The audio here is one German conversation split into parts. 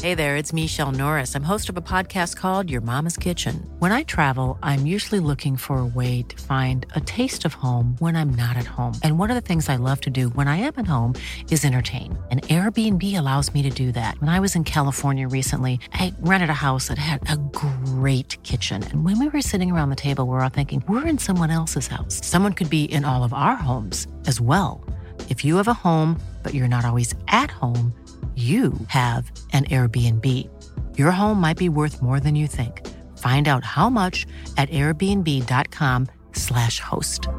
Hey there, it's Michelle Norris. I'm host of a podcast called Your Mama's Kitchen. When I travel, I'm usually looking for a way to find a taste of home when I'm not at home. And one of the things I love to do when I am at home is entertain. And Airbnb allows me to do that. When I was in California recently, I rented a house that had a great kitchen. And when we were sitting around the table, we were all thinking, we're in someone else's house. Someone could be in all of our homes as well. If you have a home, but you're not always at home, you have an Airbnb. Your home might be worth more than you think. Find out how much at airbnb.com/host.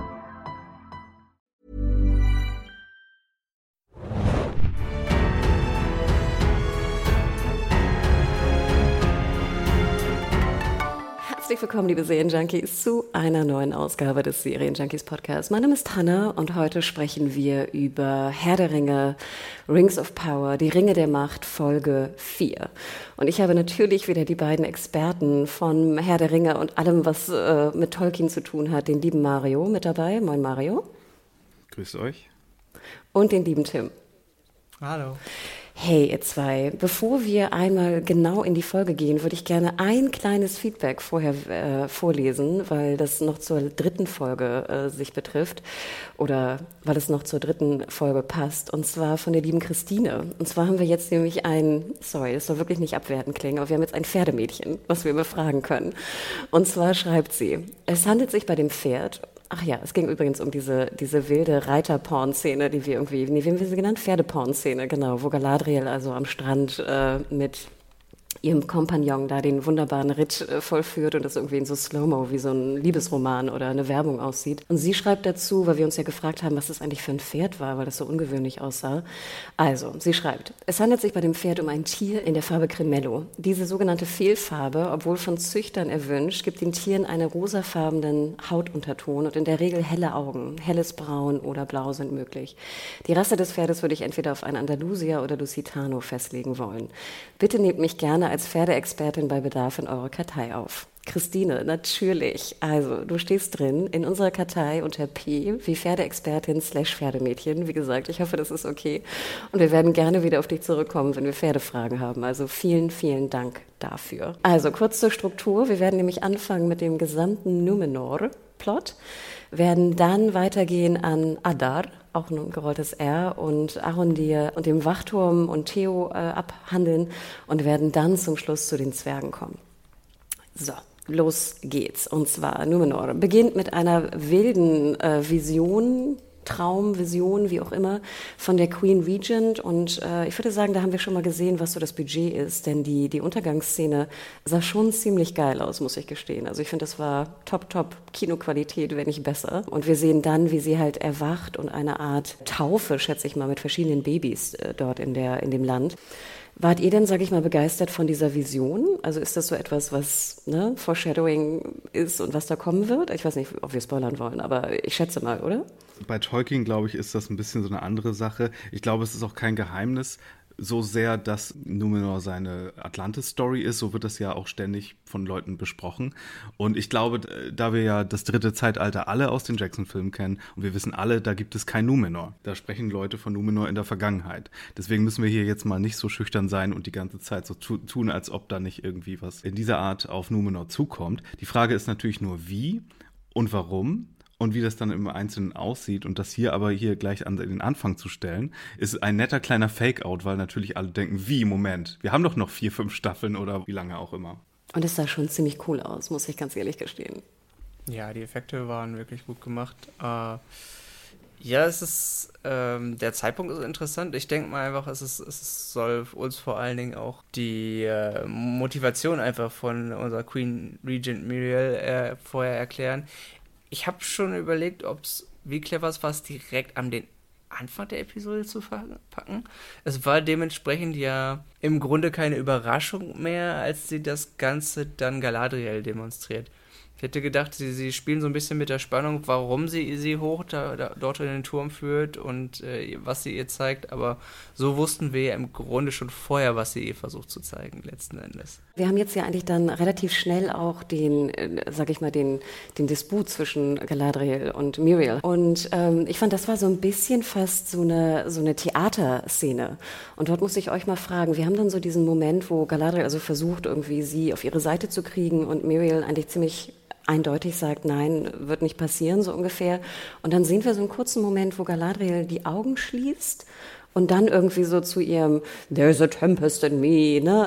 Herzlich willkommen, liebe Serienjunkies, zu einer neuen Ausgabe des Serienjunkies Podcasts. Mein Name ist Hannah und heute sprechen wir über Herr der Ringe, Rings of Power, die Ringe der Macht, Folge 4. Und ich habe natürlich wieder die beiden Experten von Herr der Ringe und allem, was mit Tolkien zu tun hat, den lieben Mario mit dabei. Moin Mario. Grüßt euch. Und den lieben Tim. Hallo. Hey, ihr zwei, bevor wir einmal genau in die Folge gehen, würde ich gerne ein kleines Feedback vorher vorlesen, weil das noch zur dritten Folge sich betrifft oder weil es noch zur dritten Folge passt, und zwar von der lieben Christine. Und zwar haben wir jetzt nämlich das soll wirklich nicht abwertend klingen, aber wir haben jetzt ein Pferdemädchen, was wir befragen können. Und zwar schreibt sie, es handelt sich bei dem Pferd... Ach ja, es ging übrigens um diese wilde Reiter-Porn-Szene, die wir irgendwie, wie haben wir sie genannt? Pferde-Porn-Szene, genau, wo Galadriel also am Strand mit ihrem Kompagnon da den wunderbaren Ritt vollführt und das irgendwie in so Slow-Mo wie so ein Liebesroman oder eine Werbung aussieht. Und sie schreibt dazu, weil wir uns ja gefragt haben, was das eigentlich für ein Pferd war, weil das so ungewöhnlich aussah. Also, sie schreibt, es handelt sich bei dem Pferd um ein Tier in der Farbe Cremello. Diese sogenannte Fehlfarbe, obwohl von Züchtern erwünscht, gibt den Tieren einen rosafarbenen Hautunterton und in der Regel helle Augen. Helles Braun oder Blau sind möglich. Die Rasse des Pferdes würde ich entweder auf ein Andalusier oder Lusitano festlegen wollen. Bitte nehmt mich gerne als Pferdeexpertin bei Bedarf in eure Kartei auf. Christine, natürlich. Also, du stehst drin in unserer Kartei unter P wie Pferdeexpertin / Pferdemädchen. Wie gesagt, ich hoffe, das ist okay. Und wir werden gerne wieder auf dich zurückkommen, wenn wir Pferdefragen haben. Also vielen, vielen Dank dafür. Also, kurz zur Struktur. Wir werden nämlich anfangen mit dem gesamten Numenor-Plot, werden dann weitergehen an Adar, auch ein gerolltes R, und Arondir und dem Wachturm und Theo abhandeln und werden dann zum Schluss zu den Zwergen kommen. So, los geht's. Und zwar Numenor beginnt mit einer wilden Traumvision, wie auch immer, von der Queen Regent. Und ich würde sagen, da haben wir schon mal gesehen, was so das Budget ist. Denn die Untergangsszene sah schon ziemlich geil aus, muss ich gestehen. Also ich finde, das war top Kinoqualität, wenn nicht besser. Und wir sehen dann, wie sie halt erwacht und eine Art Taufe, schätze ich mal, mit verschiedenen Babys dort in dem Land. Wart ihr denn, sage ich mal, begeistert von dieser Vision? Also ist das so etwas, was Foreshadowing ist und was da kommen wird? Ich weiß nicht, ob wir spoilern wollen, aber ich schätze mal, oder? Bei Tolkien, glaube ich, ist das ein bisschen so eine andere Sache. Ich glaube, es ist auch kein Geheimnis, so sehr, dass Numenor seine Atlantis-Story ist, so wird das ja auch ständig von Leuten besprochen. Und ich glaube, da wir ja das dritte Zeitalter alle aus den Jackson-Filmen kennen und wir wissen alle, da gibt es kein Numenor. Da sprechen Leute von Numenor in der Vergangenheit. Deswegen müssen wir hier jetzt mal nicht so schüchtern sein und die ganze Zeit so tun, als ob da nicht irgendwie was in dieser Art auf Numenor zukommt. Die Frage ist natürlich nur, wie und warum. Und wie das dann im Einzelnen aussieht und das hier gleich an den Anfang zu stellen, ist ein netter kleiner Fake-Out, weil natürlich alle denken, wie, Moment, wir haben doch noch 4, 5 Staffeln oder wie lange auch immer. Und es sah schon ziemlich cool aus, muss ich ganz ehrlich gestehen. Ja, die Effekte waren wirklich gut gemacht. Ja, es ist, der Zeitpunkt ist interessant. Ich denke mal einfach, es soll uns vor allen Dingen auch die Motivation einfach von unserer Queen Regent Muriel vorher erklären. Ich habe schon überlegt, wie clever es war, es direkt an den Anfang der Episode zu packen. Es war dementsprechend ja im Grunde keine Überraschung mehr, als sie das Ganze dann Galadriel demonstriert. Ich hätte gedacht, sie spielen so ein bisschen mit der Spannung, warum sie hoch dort in den Turm führt und was sie ihr zeigt, aber so wussten wir ja im Grunde schon vorher, was sie ihr versucht zu zeigen, letzten Endes. Wir haben jetzt ja eigentlich dann relativ schnell auch den Disput zwischen Galadriel und Miriel. Und ich fand, das war so ein bisschen fast so eine Theaterszene. Und dort muss ich euch mal fragen, wir haben dann so diesen Moment, wo Galadriel also versucht, irgendwie sie auf ihre Seite zu kriegen und Miriel eigentlich ziemlich eindeutig sagt, nein, wird nicht passieren, so ungefähr. Und dann sehen wir so einen kurzen Moment, wo Galadriel die Augen schließt und dann irgendwie so zu ihrem "There's a tempest in me", ne?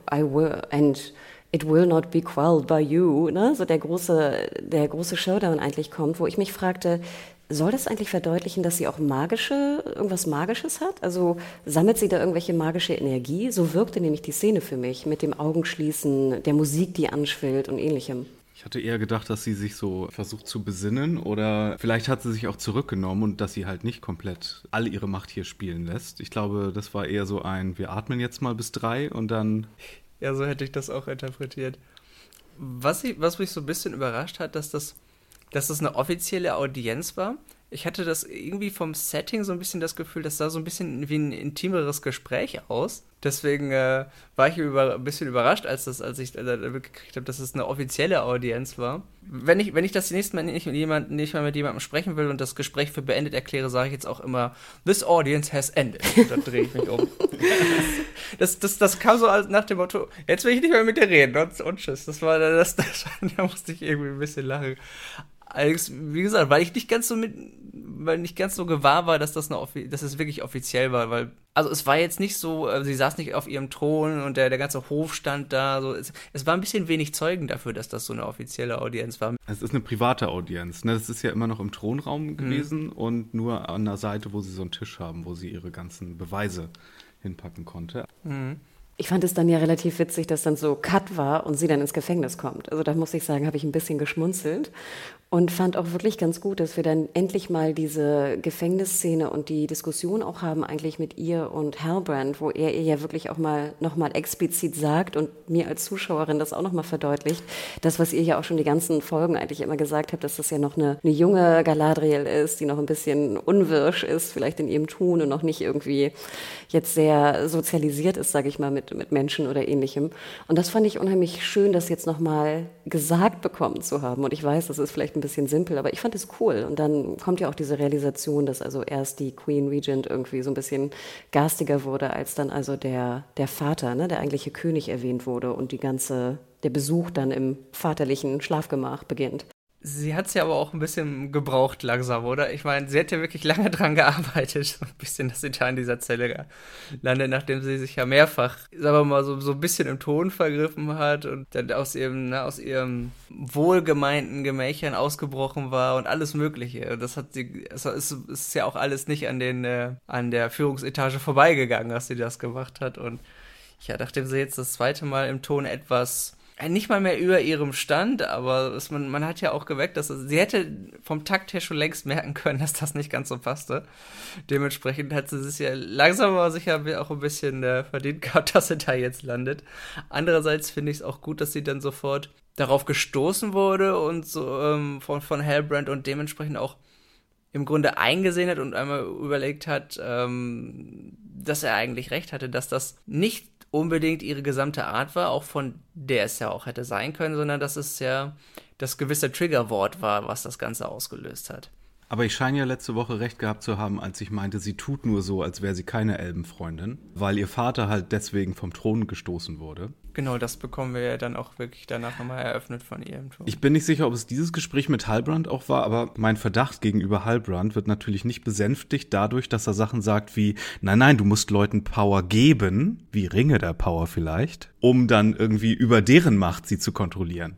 And it will not be quelled by you, ne? So der große Showdown eigentlich kommt, wo ich mich fragte, soll das eigentlich verdeutlichen, dass sie auch irgendwas Magisches hat? Also sammelt sie da irgendwelche magische Energie? So wirkte nämlich die Szene für mich mit dem Augenschließen, der Musik, die anschwillt und ähnlichem. Ich hatte eher gedacht, dass sie sich so versucht zu besinnen oder vielleicht hat sie sich auch zurückgenommen und dass sie halt nicht komplett alle ihre Macht hier spielen lässt. Ich glaube, das war eher so wir atmen jetzt mal bis 3 und dann... Ja, so hätte ich das auch interpretiert. Was mich so ein bisschen überrascht hat, dass das eine offizielle Audienz war. Ich hatte das irgendwie vom Setting so ein bisschen das Gefühl, das sah so ein bisschen wie ein intimeres Gespräch aus. Deswegen war ich ein bisschen überrascht, als ich gekriegt habe, dass es eine offizielle Audienz war. Wenn ich das nächste Mal nicht mal mit jemandem sprechen will und das Gespräch für beendet erkläre, sage ich jetzt auch immer, "This audience has ended." Und dann drehe ich mich um. Das kam so nach dem Motto, jetzt will ich nicht mehr mit dir reden und tschüss. Da musste ich irgendwie ein bisschen lachen. Allerdings, wie gesagt, weil nicht ganz so gewahr war, dass es wirklich offiziell war, weil, also es war jetzt nicht so, sie saß nicht auf ihrem Thron und der ganze Hof stand da, so, es war ein bisschen wenig Zeugen dafür, dass das so eine offizielle Audienz war. Es ist eine private Audienz, ne? Das ist ja immer noch im Thronraum gewesen und nur an der Seite, wo sie so einen Tisch haben, wo sie ihre ganzen Beweise hinpacken konnte. Ich fand es dann ja relativ witzig, dass dann so Cut war und sie dann ins Gefängnis kommt. Also da muss ich sagen, habe ich ein bisschen geschmunzelt und fand auch wirklich ganz gut, dass wir dann endlich mal diese Gefängnisszene und die Diskussion auch haben eigentlich mit ihr und Halbrand, wo er ihr ja wirklich auch nochmal explizit sagt und mir als Zuschauerin das auch nochmal verdeutlicht, das, was ihr ja auch schon die ganzen Folgen eigentlich immer gesagt habt, dass das ja noch eine junge Galadriel ist, die noch ein bisschen unwirsch ist, vielleicht in ihrem Tun und noch nicht irgendwie jetzt sehr sozialisiert ist, sage ich mal, mit Menschen oder Ähnlichem. Und das fand ich unheimlich schön, das jetzt nochmal gesagt bekommen zu haben. Und ich weiß, das ist vielleicht ein bisschen simpel, aber ich fand es cool. Und dann kommt ja auch diese Realisation, dass also erst die Queen Regent irgendwie so ein bisschen garstiger wurde, als dann also der Vater, ne, der eigentliche König erwähnt wurde und der Besuch dann im vaterlichen Schlafgemach beginnt. Sie hat es ja aber auch ein bisschen gebraucht langsam, oder? Ich meine, sie hat ja wirklich lange dran gearbeitet, so ein bisschen, dass sie da in dieser Zelle landet, nachdem sie sich ja mehrfach, sagen wir mal, so ein bisschen im Ton vergriffen hat und dann aus ihrem wohlgemeinten Gemächern ausgebrochen war und alles Mögliche. Das ist ja auch alles nicht an der Führungsetage vorbeigegangen, dass sie das gemacht hat. Und ja, nachdem sie jetzt das zweite Mal im Ton etwas nicht mal mehr über ihrem Stand, aber man hat ja auch geweckt, dass sie hätte vom Takt her schon längst merken können, dass das nicht ganz so passte. Dementsprechend hat sie sich ja langsam aber sicher auch ein bisschen verdient gehabt, dass sie da jetzt landet. Andererseits finde ich es auch gut, dass sie dann sofort darauf gestoßen wurde und so von Halbrand und dementsprechend auch im Grunde eingesehen hat und einmal überlegt hat, dass er eigentlich recht hatte, dass das nicht unbedingt ihre gesamte Art war, auch von der es ja auch hätte sein können, sondern dass es ja das gewisse Triggerwort war, was das Ganze ausgelöst hat. Aber ich scheine ja letzte Woche recht gehabt zu haben, als ich meinte, sie tut nur so, als wäre sie keine Elbenfreundin, weil ihr Vater halt deswegen vom Thron gestoßen wurde. Genau, das bekommen wir ja dann auch wirklich danach nochmal eröffnet von ihr im Thron. Ich bin nicht sicher, ob es dieses Gespräch mit Halbrand auch war, aber mein Verdacht gegenüber Halbrand wird natürlich nicht besänftigt dadurch, dass er Sachen sagt wie, nein, du musst Leuten Power geben, wie Ringe der Power vielleicht, um dann irgendwie über deren Macht sie zu kontrollieren.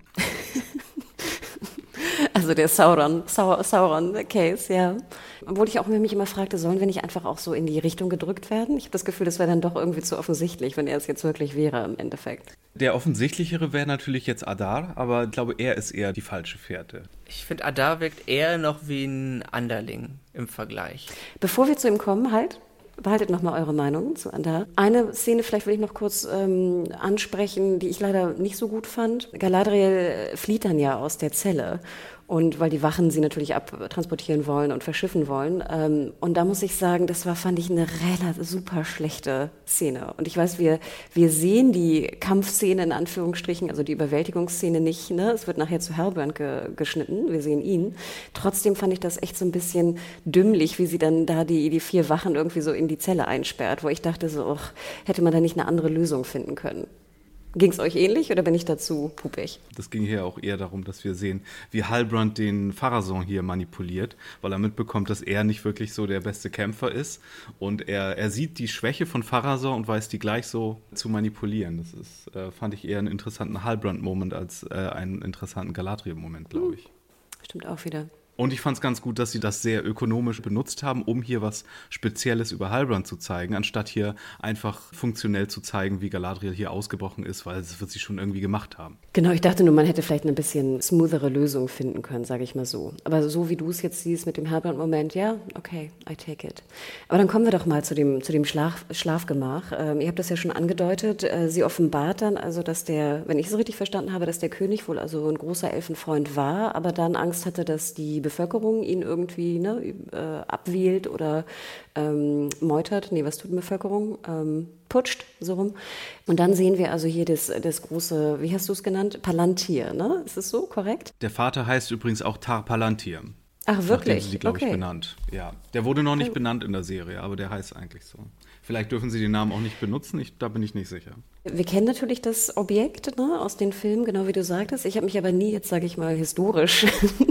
Also der Sauron-Case, ja. Obwohl ich auch mich immer fragte, sollen wir nicht einfach auch so in die Richtung gedrückt werden? Ich habe das Gefühl, das wäre dann doch irgendwie zu offensichtlich, wenn er es jetzt wirklich wäre im Endeffekt. Der offensichtlichere wäre natürlich jetzt Adar, aber ich glaube, er ist eher die falsche Fährte. Ich finde, Adar wirkt eher noch wie ein Anderling im Vergleich. Bevor wir zu ihm kommen, behaltet nochmal eure Meinung zu Andar. Eine Szene vielleicht will ich noch kurz ansprechen, die ich leider nicht so gut fand. Galadriel flieht dann ja aus der Zelle. Und weil die Wachen sie natürlich abtransportieren wollen und verschiffen wollen. Und da muss ich sagen, fand ich eine relativ super schlechte Szene. Und ich weiß, wir sehen die Kampfszene in Anführungsstrichen, also die Überwältigungsszene nicht. Ne? Es wird nachher zu Halbrand geschnitten, wir sehen ihn. Trotzdem fand ich das echt so ein bisschen dümmlich, wie sie dann da die 4 Wachen irgendwie so in die Zelle einsperrt, wo ich dachte so, hätte man da nicht eine andere Lösung finden können. Ging es euch ähnlich oder bin ich dazu pupig? Das ging hier auch eher darum, dass wir sehen, wie Halbrand den Pharazôn hier manipuliert, weil er mitbekommt, dass er nicht wirklich so der beste Kämpfer ist. Und er sieht die Schwäche von Pharazôn und weiß die gleich so zu manipulieren. Das ist, fand ich eher einen interessanten Halbrand-Moment als einen interessanten Galadriel-Moment, glaube ich. Stimmt auch wieder. Und ich fand es ganz gut, dass sie das sehr ökonomisch benutzt haben, um hier was Spezielles über Halbrand zu zeigen, anstatt hier einfach funktionell zu zeigen, wie Galadriel hier ausgebrochen ist, weil das wird sie schon irgendwie gemacht haben. Genau, ich dachte nur, man hätte vielleicht eine bisschen smoothere Lösung finden können, sage ich mal so. Aber so wie du es jetzt siehst mit dem Halbrand-Moment, ja, okay, I take it. Aber dann kommen wir doch mal zu dem Schlafgemach. Ihr habt das ja schon angedeutet. Sie offenbart dann also, dass wenn ich es richtig verstanden habe, dass der König wohl also ein großer Elfenfreund war, aber dann Angst hatte, dass die Bevölkerung ihn irgendwie abwählt oder meutert. Nee, was tut die Bevölkerung? Putscht, so rum. Und dann sehen wir also hier das große, wie hast du es genannt? Palantir, ne? Ist es so korrekt? Der Vater heißt übrigens auch Tar Palantir. Ach, wirklich? Nachdem sie, glaube ich, benannt. Ja, der wurde noch nicht benannt in der Serie, aber der heißt eigentlich so. Vielleicht dürfen sie den Namen auch nicht benutzen, da bin ich nicht sicher. Wir kennen natürlich das Objekt, ne, aus den Filmen, genau wie du sagtest. Ich habe mich aber nie jetzt, sage ich mal, historisch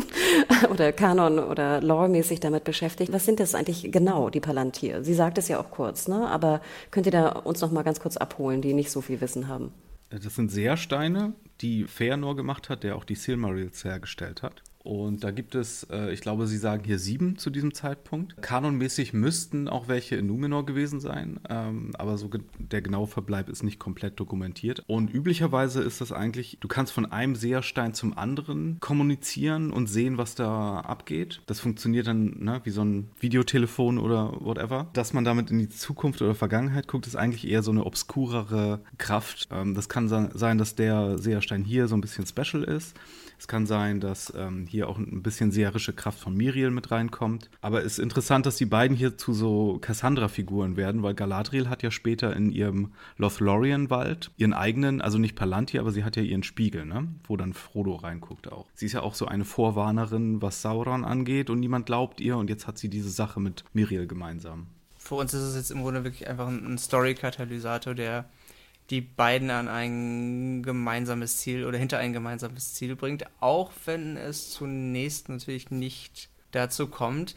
oder Kanon- oder Lore-mäßig damit beschäftigt. Was sind das eigentlich genau, die Palantir? Sie sagt es ja auch kurz, ne? Aber könnt ihr da uns noch mal ganz kurz abholen, die nicht so viel Wissen haben? Das sind Seersteine, die Fëanor gemacht hat, der auch die Silmarils hergestellt hat. Und da gibt es, ich glaube, sie sagen hier 7 zu diesem Zeitpunkt. Kanonmäßig müssten auch welche in Numenor gewesen sein, aber so der genaue Verbleib ist nicht komplett dokumentiert. Und üblicherweise ist das eigentlich, du kannst von einem Seerstein zum anderen kommunizieren und sehen, was da abgeht. Das funktioniert dann wie so ein Videotelefon oder whatever. Dass man damit in die Zukunft oder Vergangenheit guckt, ist eigentlich eher so eine obskurere Kraft. Das kann sein, dass der Seerstein hier so ein bisschen special ist. Es kann sein, dass hier auch ein bisschen seherische Kraft von Miriel mit reinkommt. Aber es ist interessant, dass die beiden hier zu so Cassandra-Figuren werden, weil Galadriel hat ja später in ihrem Lothlorien-Wald ihren eigenen, also nicht Palantir, aber sie hat ja ihren Spiegel, ne? Wo dann Frodo reinguckt auch. Sie ist ja auch so eine Vorwarnerin, was Sauron angeht und niemand glaubt ihr und jetzt hat sie diese Sache mit Miriel gemeinsam. Für uns ist es jetzt im Grunde wirklich einfach ein Story-Katalysator, der die beiden an ein gemeinsames Ziel oder hinter ein gemeinsames Ziel bringt, auch wenn es zunächst natürlich nicht dazu kommt.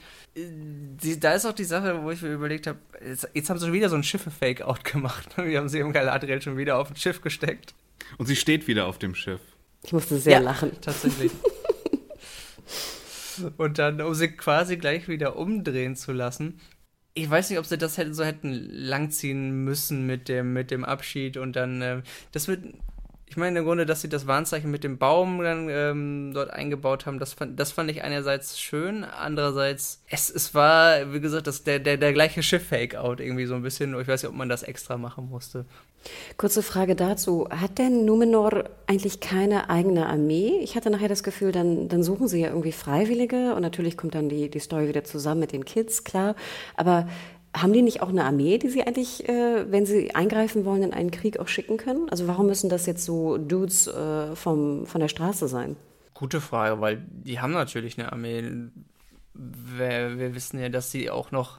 Da ist auch die Sache, wo ich mir überlegt habe, jetzt haben sie schon wieder so ein Schiffe-Fake-Out gemacht. Wir haben sie im Galadriel schon wieder auf ein Schiff gesteckt. Und sie steht wieder auf dem Schiff. Ich musste sehr lachen. Tatsächlich. Und dann, um sie quasi gleich wieder umdrehen zu lassen. Ich weiß nicht, ob sie das so hätten langziehen müssen mit dem Abschied und dann, das wird, ich meine im Grunde, dass sie das Warnzeichen mit dem Baum dann dort eingebaut haben, das fand ich einerseits schön, andererseits, es war, wie gesagt, der gleiche Schiff-Fake-Out irgendwie so ein bisschen, ich weiß nicht, ob man das extra machen musste. Kurze Frage dazu, hat denn Numenor eigentlich keine eigene Armee? Ich hatte nachher das Gefühl, dann suchen sie ja irgendwie Freiwillige und natürlich kommt dann die Story wieder zusammen mit den Kids, klar, aber haben die nicht auch eine Armee, die sie eigentlich, wenn sie eingreifen wollen, in einen Krieg auch schicken können? Also warum müssen das jetzt so Dudes von der Straße sein? Gute Frage, weil die haben natürlich eine Armee. Wir wissen ja, dass sie auch noch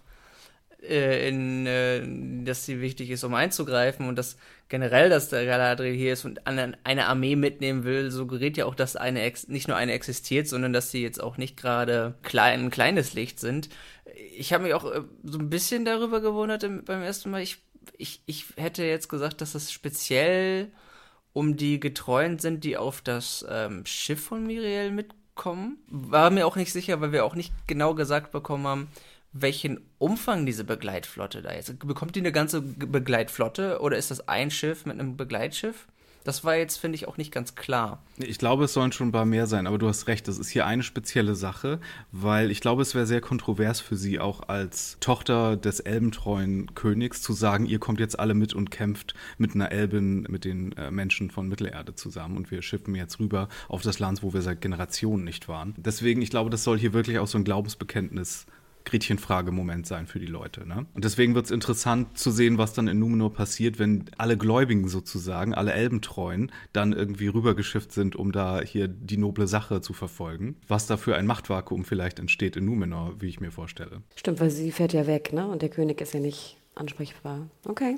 dass sie wichtig ist, um einzugreifen und dass generell, dass der Galadriel hier ist und eine Armee mitnehmen will, suggeriert ja auch, dass nicht nur eine existiert, sondern dass sie jetzt auch nicht gerade ein kleines Licht sind. Ich habe mich auch so ein bisschen darüber gewundert beim ersten Mal. Ich hätte jetzt gesagt, dass es speziell um die Getreuen sind, die auf das Schiff von Miriel mitkommen. War mir auch nicht sicher, weil wir auch nicht genau gesagt bekommen haben, welchen Umfang diese Begleitflotte da ist. Bekommt die eine ganze Begleitflotte oder ist das ein Schiff mit einem Begleitschiff? Das war jetzt, finde ich, auch nicht ganz klar. Ich glaube, es sollen schon ein paar mehr sein, aber du hast recht, das ist hier eine spezielle Sache, weil ich glaube, es wäre sehr kontrovers für sie, auch als Tochter des elbentreuen Königs zu sagen, ihr kommt jetzt alle mit und kämpft mit einer Elbin, mit den Menschen von Mittelerde zusammen und wir schiffen jetzt rüber auf das Land, wo wir seit Generationen nicht waren. Deswegen, ich glaube, das soll hier wirklich auch so ein Glaubensbekenntnis Gretchenfrage-Moment sein für die Leute. Ne? Und deswegen wird es interessant zu sehen, was dann in Numenor passiert, wenn alle Gläubigen sozusagen, alle Elbentreuen, dann irgendwie rübergeschifft sind, um da hier die noble Sache zu verfolgen. Was da für ein Machtvakuum vielleicht entsteht in Numenor, wie ich mir vorstelle. Stimmt, weil sie fährt ja weg, ne? Und der König ist ja nicht ansprechbar. Okay.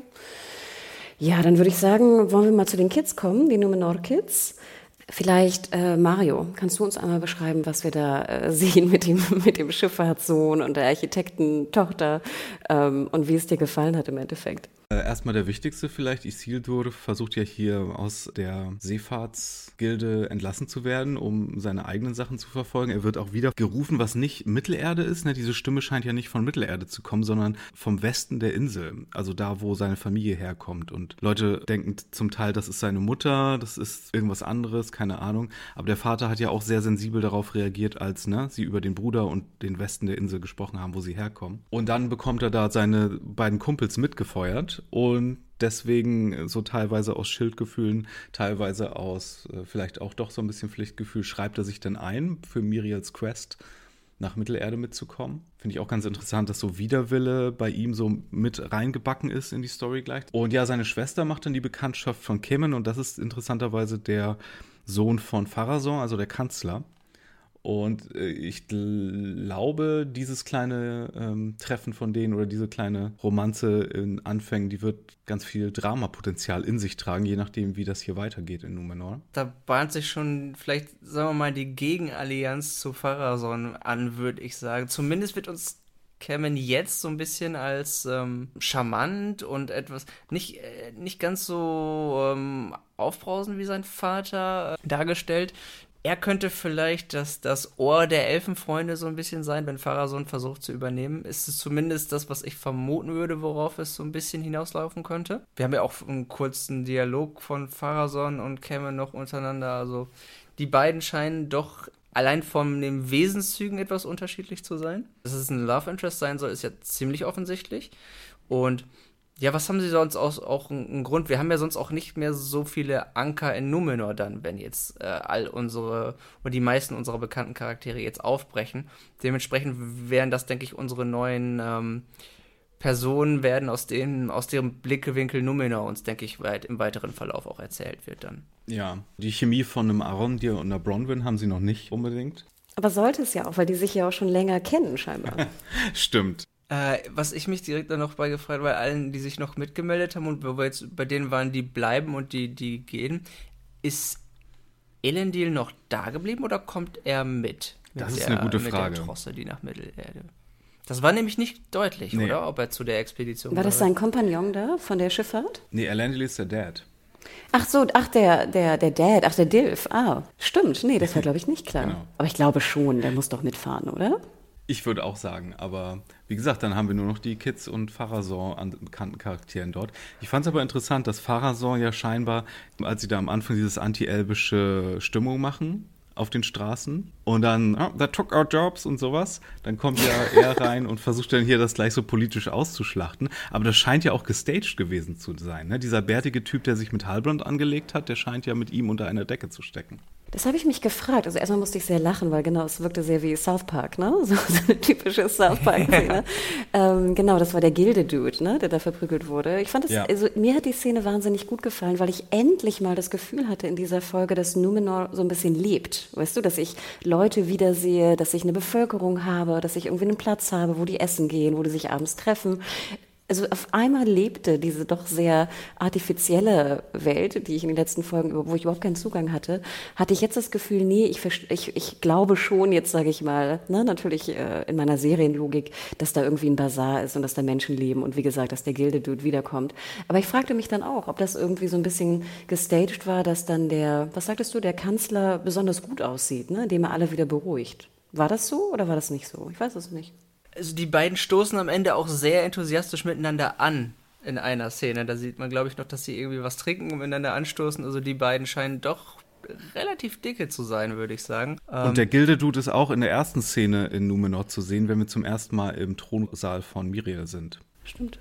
Ja, dann würde ich sagen, wollen wir mal zu den Kids kommen, die Numenor-Kids. Vielleicht, Mario, kannst du uns einmal beschreiben, was wir da sehen mit dem Schifffahrtssohn und der Architektentochter und wie es dir gefallen hat im Endeffekt? Erstmal der wichtigste vielleicht, Isildur versucht ja hier aus der Seefahrtsgilde entlassen zu werden, um seine eigenen Sachen zu verfolgen. Er wird auch wieder gerufen, was nicht Mittelerde ist. Ne? Diese Stimme scheint ja nicht von Mittelerde zu kommen, sondern vom Westen der Insel, also da, wo seine Familie herkommt. Und Leute denken zum Teil, das ist seine Mutter, das ist irgendwas anderes, keine Ahnung. Aber der Vater hat ja auch sehr sensibel darauf reagiert, als sie über den Bruder und den Westen der Insel gesprochen haben, wo sie herkommen. Und dann bekommt er da seine beiden Kumpels mitgefeuert. Und deswegen so teilweise aus Schuldgefühlen, teilweise aus vielleicht auch doch so ein bisschen Pflichtgefühl, schreibt er sich dann ein, für Miriels Quest nach Mittelerde mitzukommen. Finde ich auch ganz interessant, dass so Widerwille bei ihm so mit reingebacken ist in die Story gleich. Und ja, seine Schwester macht dann die Bekanntschaft von Kemen und das ist interessanterweise der Sohn von Pharazôn, also der Kanzler. Und ich glaube, dieses kleine Treffen von denen oder diese kleine Romanze in Anfängen, die wird ganz viel Dramapotenzial in sich tragen, je nachdem, wie das hier weitergeht in Numenor. Da bahnt sich schon vielleicht, sagen wir mal, die Gegenallianz zu Pharazôn an, würde ich sagen. Zumindest wird uns Kemen jetzt so ein bisschen als charmant und etwas nicht ganz so aufbrausend wie sein Vater dargestellt. Er könnte vielleicht das Ohr der Elfenfreunde so ein bisschen sein, wenn Pharazôn versucht zu übernehmen. Ist es zumindest das, was ich vermuten würde, worauf es so ein bisschen hinauslaufen könnte. Wir haben ja auch einen kurzen Dialog von Pharazôn und Kemen noch untereinander. Also die beiden scheinen doch allein von den Wesenszügen etwas unterschiedlich zu sein. Dass es ein Love Interest sein soll, ist ja ziemlich offensichtlich. Und ja, was haben sie sonst auch einen Grund? Wir haben ja sonst auch nicht mehr so viele Anker in Numenor dann, wenn jetzt all unsere oder die meisten unserer bekannten Charaktere jetzt aufbrechen. Dementsprechend wären das, denke ich, unsere neuen Personen werden aus deren Blickwinkel Numenor uns, denke ich, im weiteren Verlauf auch erzählt wird dann. Ja, die Chemie von einem Arondir und einer Bronwyn haben sie noch nicht unbedingt. Aber sollte es ja auch, weil die sich ja auch schon länger kennen scheinbar. Stimmt. Was ich mich direkt dann noch beigefragt, weil allen, die sich noch mitgemeldet haben und wo wir jetzt bei denen waren, die bleiben und die gehen, ist Elendil noch da geblieben oder kommt er mit? Das ist eine gute Frage. Mit der Trosse, die nach Mittelerde. Das war nämlich nicht deutlich, oder? Ob er zu der Expedition war das sein Kompagnon da von der Schifffahrt? Nee, Elendil ist der Dad. Ach so, der Dad, ach der Dilf. Ah, stimmt. Nee, das war, glaube ich, nicht klar. Genau. Aber ich glaube schon, der muss doch mitfahren, oder? Ich würde auch sagen, aber wie gesagt, dann haben wir nur noch die Kids und Pharazôn an bekannten Charakteren dort. Ich fand es aber interessant, dass Pharazôn ja scheinbar, als sie da am Anfang dieses anti-elbische Stimmung machen auf den Straßen und dann, that took our jobs und sowas, dann kommt ja er rein und versucht dann hier das gleich so politisch auszuschlachten. Aber das scheint ja auch gestaged gewesen zu sein. Ne? Dieser bärtige Typ, der sich mit Halbrand angelegt hat, der scheint ja mit ihm unter einer Decke zu stecken. Das habe ich mich gefragt. Also erstmal musste ich sehr lachen, weil genau, es wirkte sehr wie South Park, ne? So eine typische South Park-Szene. Genau, das war der Gilde-Dude, ne? Der da verprügelt wurde. Ich fand das, also mir hat die Szene wahnsinnig gut gefallen, weil ich endlich mal das Gefühl hatte in dieser Folge, dass Numenor so ein bisschen lebt. Weißt du, dass ich Leute wiedersehe, dass ich eine Bevölkerung habe, dass ich irgendwie einen Platz habe, wo die essen gehen, wo die sich abends treffen. Also auf einmal lebte diese doch sehr artifizielle Welt, die ich in den letzten Folgen, wo ich überhaupt keinen Zugang hatte, hatte ich jetzt das Gefühl, nee, ich glaube schon, jetzt sage ich mal, ne, natürlich in meiner Serienlogik, dass da irgendwie ein Bazar ist und dass da Menschen leben und wie gesagt, dass der Gilde-Dude wiederkommt. Aber ich fragte mich dann auch, ob das irgendwie so ein bisschen gestaged war, dass dann was sagtest du, der Kanzler besonders gut aussieht, ne, indem er alle wieder beruhigt. War das so oder war das nicht so? Ich weiß es nicht. Also die beiden stoßen am Ende auch sehr enthusiastisch miteinander an. in einer Szene. Da sieht man, glaube ich, noch, dass sie irgendwie was trinken und miteinander anstoßen. Also die beiden scheinen doch relativ dicke zu sein, würde ich sagen. Und der Gilde-Dude ist auch in der ersten Szene in Numenor zu sehen, wenn wir zum ersten Mal im Thronsaal von Miriel sind. Stimmt.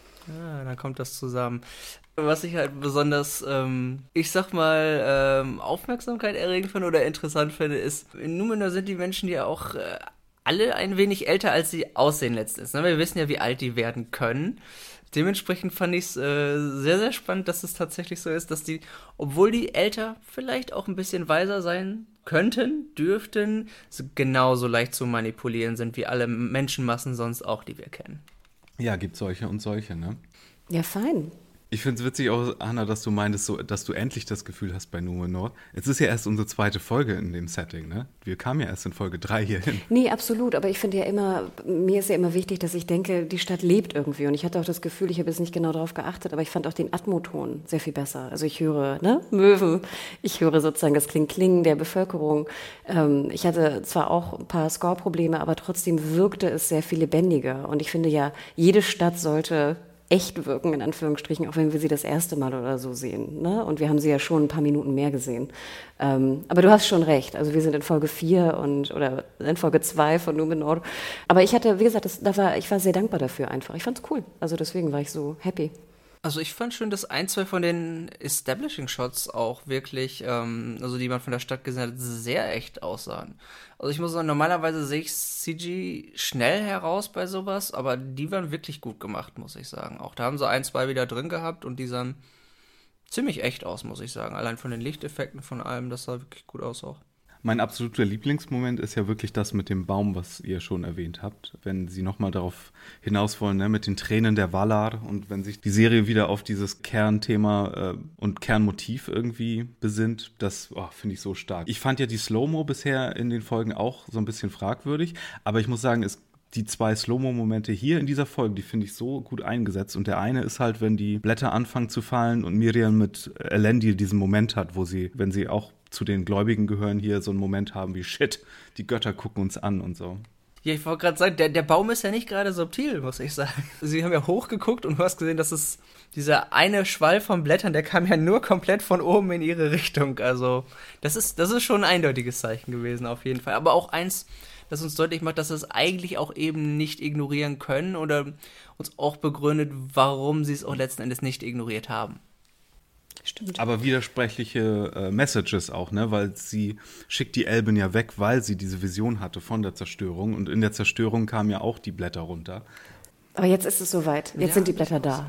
Ja, dann kommt das zusammen. Was ich halt besonders, ich sag mal, Aufmerksamkeit erregend finde oder interessant finde, ist, in Numenor sind die Menschen ja auch alle ein wenig älter, als sie aussehen letztens. Ne? Wir wissen ja, wie alt die werden können. Dementsprechend fand ich es sehr, sehr spannend, dass es tatsächlich so ist, dass die, obwohl die älter vielleicht auch ein bisschen weiser sein könnten, dürften, genauso leicht zu manipulieren sind, wie alle Menschenmassen sonst auch, die wir kennen. Ja, gibt solche und solche, ne? Ja, fein. Ich finde es witzig auch, Hannah, dass du meintest, dass du endlich das Gefühl hast bei Numenor. Es ist ja erst unsere zweite Folge in dem Setting, ne? Wir kamen ja erst in Folge 3 hier hin. Nee, absolut. Aber ich finde ja immer, mir ist ja immer wichtig, dass ich denke, die Stadt lebt irgendwie. Und ich hatte auch das Gefühl, ich habe jetzt nicht genau darauf geachtet, aber ich fand auch den Atmoton sehr viel besser. Also ich höre, ne, Möwen. Ich höre sozusagen das Kling-Kling der Bevölkerung. Ich hatte zwar auch ein paar Score-Probleme, aber trotzdem wirkte es sehr viel lebendiger. Und ich finde ja, jede Stadt sollte echt wirken, in Anführungsstrichen, auch wenn wir sie das erste Mal oder so sehen. Ne? Und wir haben sie ja schon ein paar Minuten mehr gesehen. Aber du hast schon recht. Also wir sind in Folge 4 oder in Folge 2 von Numenor. Aber ich hatte, wie gesagt, ich war sehr dankbar dafür einfach. Ich fand's cool. Also deswegen war ich so happy. Also ich fand schön, dass ein, zwei von den Establishing-Shots auch wirklich, also die man von der Stadt gesehen hat, sehr echt aussahen. Also ich muss sagen, normalerweise sehe ich CG schnell heraus bei sowas, aber die waren wirklich gut gemacht, muss ich sagen. Auch da haben sie ein, zwei wieder drin gehabt und die sahen ziemlich echt aus, muss ich sagen. Allein von den Lichteffekten, von allem, das sah wirklich gut aus auch. Mein absoluter Lieblingsmoment ist ja wirklich das mit dem Baum, was ihr schon erwähnt habt. Wenn sie nochmal darauf hinaus wollen, ne, mit den Tränen der Valar und wenn sich die Serie wieder auf dieses Kernthema und Kernmotiv irgendwie besinnt, das finde ich so stark. Ich fand ja die Slow-Mo bisher in den Folgen auch so ein bisschen fragwürdig, aber ich muss sagen, die 2 Slow-Mo-Momente hier in dieser Folge, die finde ich so gut eingesetzt. Und der eine ist halt, wenn die Blätter anfangen zu fallen und Miriam mit Elendil diesen Moment hat, wo sie, wenn sie auch zu den Gläubigen gehören, hier so einen Moment haben wie Shit, die Götter gucken uns an und so. Ja, ich wollte gerade sagen, der Baum ist ja nicht gerade subtil, muss ich sagen. Sie haben ja hochgeguckt und du hast gesehen, dass es dieser eine Schwall von Blättern, der kam ja nur komplett von oben in ihre Richtung. Also das ist schon ein eindeutiges Zeichen gewesen, auf jeden Fall. Aber auch eins, das uns deutlich macht, dass wir es eigentlich auch eben nicht ignorieren können oder uns auch begründet, warum sie es auch letzten Endes nicht ignoriert haben. Stimmt. Aber widersprüchliche Messages auch, ne? Weil sie schickt die Elben ja weg, weil sie diese Vision hatte von der Zerstörung. Und in der Zerstörung kamen ja auch die Blätter runter. Aber jetzt ist es soweit. Jetzt sind die Blätter da.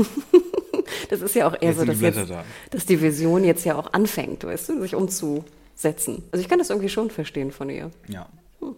Das ist ja auch eher Jetzt so, dass dass die Vision jetzt ja auch anfängt, weißt du, sich umzusetzen. Also ich kann das irgendwie schon verstehen von ihr. Ja.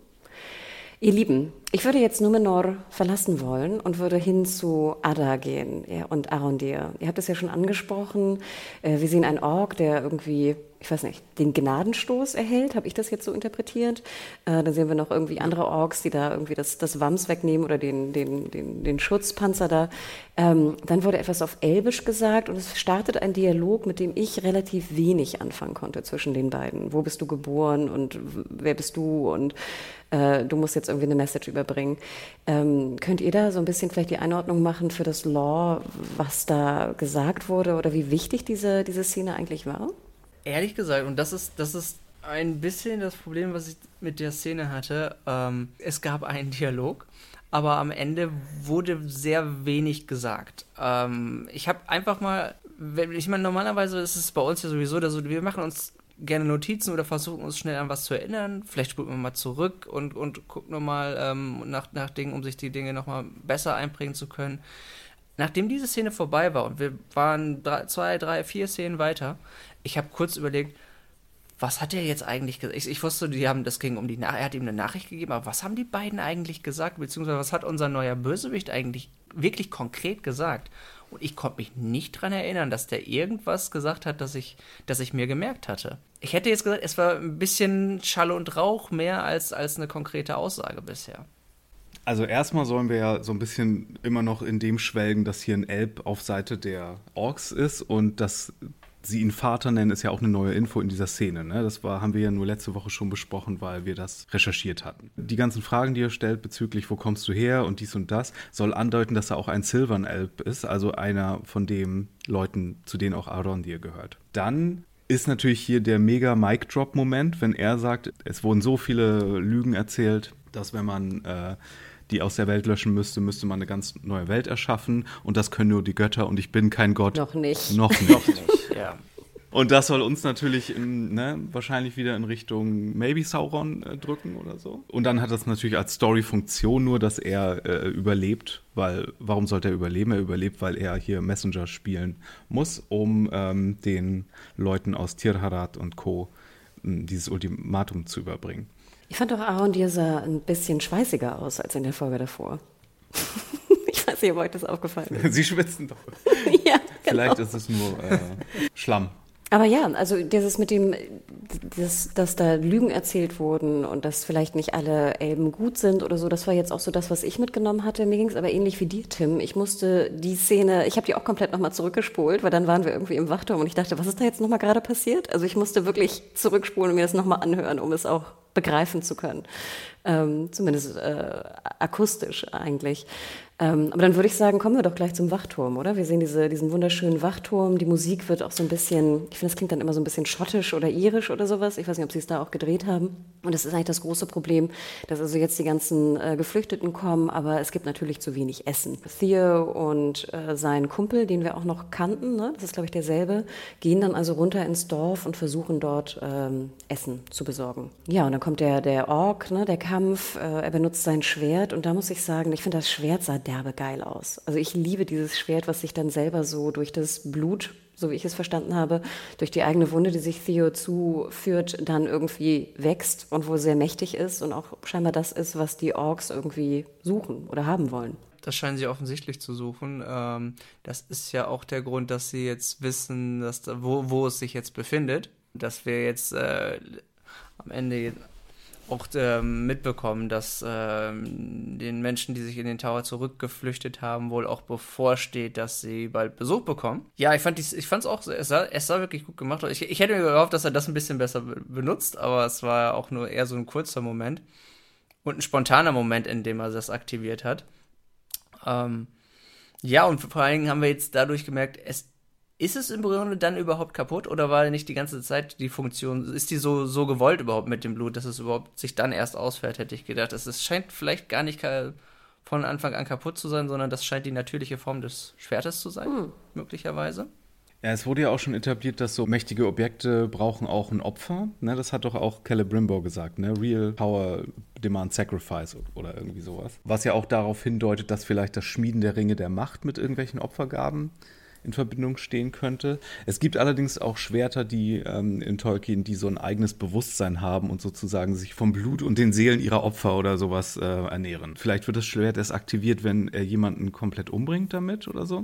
Ihr Lieben, ich würde jetzt Numenor verlassen wollen und würde hin zu Ada gehen und Arondir. Ihr habt es ja schon angesprochen. Wir sehen einen Ork, der irgendwie, ich weiß nicht, den Gnadenstoß erhält. Habe ich das jetzt so interpretiert? Dann sehen wir noch irgendwie andere Orks, die da irgendwie das Wams wegnehmen oder den Schutzpanzer da. Dann wurde etwas auf Elbisch gesagt und es startet ein Dialog, mit dem ich relativ wenig anfangen konnte zwischen den beiden. Wo bist du geboren und wer bist du und du musst jetzt irgendwie eine Message überbringen. Könnt ihr da so ein bisschen vielleicht die Einordnung machen für das Lore, was da gesagt wurde oder wie wichtig diese Szene eigentlich war? Ehrlich gesagt, und das ist ein bisschen das Problem, was ich mit der Szene hatte. Es gab einen Dialog, aber am Ende wurde sehr wenig gesagt. Ich habe einfach mal, ich meine, normalerweise ist es bei uns ja sowieso, dass wir machen uns gerne Notizen oder versuchen uns schnell an was zu erinnern. Vielleicht spult man mal zurück und guckt nochmal nach Dingen, um sich die Dinge nochmal besser einprägen zu können. Nachdem diese Szene vorbei war und wir waren 2, 3, 4 Szenen weiter, ich habe kurz überlegt, was hat er jetzt eigentlich gesagt? Ich wusste, das ging er hat ihm eine Nachricht gegeben, aber was haben die beiden eigentlich gesagt? Beziehungsweise was hat unser neuer Bösewicht eigentlich wirklich konkret gesagt? Und ich konnte mich nicht dran erinnern, dass der irgendwas gesagt hat, das ich mir gemerkt hatte. Ich hätte jetzt gesagt, es war ein bisschen Schall und Rauch mehr als eine konkrete Aussage bisher. Also erstmal sollen wir ja so ein bisschen immer noch in dem schwelgen, dass hier ein Elb auf Seite der Orks ist und dass sie ihn Vater nennen, ist ja auch eine neue Info in dieser Szene. Ne? Das haben wir ja nur letzte Woche schon besprochen, weil wir das recherchiert hatten. Die ganzen Fragen, die er stellt bezüglich, wo kommst du her und dies und das, soll andeuten, dass er auch ein Silvern Elb ist, also einer von den Leuten, zu denen auch Arondir gehört. Dann ist natürlich hier der mega Mic-Drop-Moment, wenn er sagt, es wurden so viele Lügen erzählt, dass wenn man die aus der Welt löschen müsste man eine ganz neue Welt erschaffen und das können nur die Götter und ich bin kein Gott. Noch nicht. Noch nicht, ja. Und das soll uns natürlich wahrscheinlich wieder in Richtung maybe Sauron drücken oder so. Und dann hat das natürlich als Story-Funktion nur, dass er überlebt, weil warum sollte er überleben? Er überlebt, weil er hier Messenger spielen muss, um den Leuten aus Tirharat und Co. Dieses Ultimatum zu überbringen. Ich fand auch Arondir sah ein bisschen schweißiger aus als in der Folge davor. Ich weiß nicht, ob euch das aufgefallen ist. Sie schwitzen doch. Ja, genau. Vielleicht ist es nur Schlamm. Aber ja, also dieses mit dem, dass da Lügen erzählt wurden und dass vielleicht nicht alle Elben gut sind oder so, das war jetzt auch so das, was ich mitgenommen hatte. Mir ging es aber ähnlich wie dir, Tim. Ich musste die Szene, ich habe die auch komplett nochmal zurückgespult, weil dann waren wir irgendwie im Wachturm und ich dachte, was ist da jetzt nochmal gerade passiert? Also ich musste wirklich zurückspulen und mir das nochmal anhören, um es auch begreifen zu können. Zumindest akustisch eigentlich. Aber dann würde ich sagen, kommen wir doch gleich zum Wachturm, oder? Wir sehen diesen wunderschönen Wachturm. Die Musik wird auch so ein bisschen, ich finde, das klingt dann immer so ein bisschen schottisch oder irisch oder sowas. Ich weiß nicht, ob sie es da auch gedreht haben. Und das ist eigentlich das große Problem, dass also jetzt die ganzen Geflüchteten kommen, aber es gibt natürlich zu wenig Essen. Theo und sein Kumpel, den wir auch noch kannten, ne? Das ist, glaube ich, derselbe, gehen dann also runter ins Dorf und versuchen dort Essen zu besorgen. Ja, und dann kommt der Ork, ne, der Kampf, er benutzt sein Schwert und da muss ich sagen, ich finde, das Schwert sah derbe geil aus. Also ich liebe dieses Schwert, was sich dann selber so durch das Blut, so wie ich es verstanden habe, durch die eigene Wunde, die sich Theo zuführt, dann irgendwie wächst und wohl sehr mächtig ist und auch scheinbar das ist, was die Orks irgendwie suchen oder haben wollen. Das scheinen sie offensichtlich zu suchen. Das ist ja auch der Grund, dass sie jetzt wissen, dass wo es sich jetzt befindet. Dass wir jetzt am Ende auch mitbekommen, dass den Menschen, die sich in den Tower zurückgeflüchtet haben, wohl auch bevorsteht, dass sie bald Besuch bekommen. Ja, ich fand's auch, es sah wirklich gut gemacht. Ich hätte mir gehofft, dass er das ein bisschen besser benutzt, aber es war auch nur eher so ein kurzer Moment und ein spontaner Moment, in dem er das aktiviert hat. Ja, und vor allen Dingen haben wir jetzt dadurch gemerkt, ist es im Grunde dann überhaupt kaputt oder war nicht die ganze Zeit die Funktion, ist die so gewollt überhaupt mit dem Blut, dass es überhaupt sich dann erst ausfällt, hätte ich gedacht. Es scheint vielleicht gar nicht von Anfang an kaputt zu sein, sondern das scheint die natürliche Form des Schwertes zu sein, möglicherweise. Ja, es wurde ja auch schon etabliert, dass so mächtige Objekte brauchen auch ein Opfer. Ne, das hat doch auch Celebrimbor gesagt, ne? Real Power Demand Sacrifice oder irgendwie sowas. Was ja auch darauf hindeutet, dass vielleicht das Schmieden der Ringe der Macht mit irgendwelchen Opfergaben in Verbindung stehen könnte. Es gibt allerdings auch Schwerter, die in Tolkien, die so ein eigenes Bewusstsein haben und sozusagen sich vom Blut und den Seelen ihrer Opfer oder sowas ernähren. Vielleicht wird das Schwert erst aktiviert, wenn er jemanden komplett umbringt damit oder so.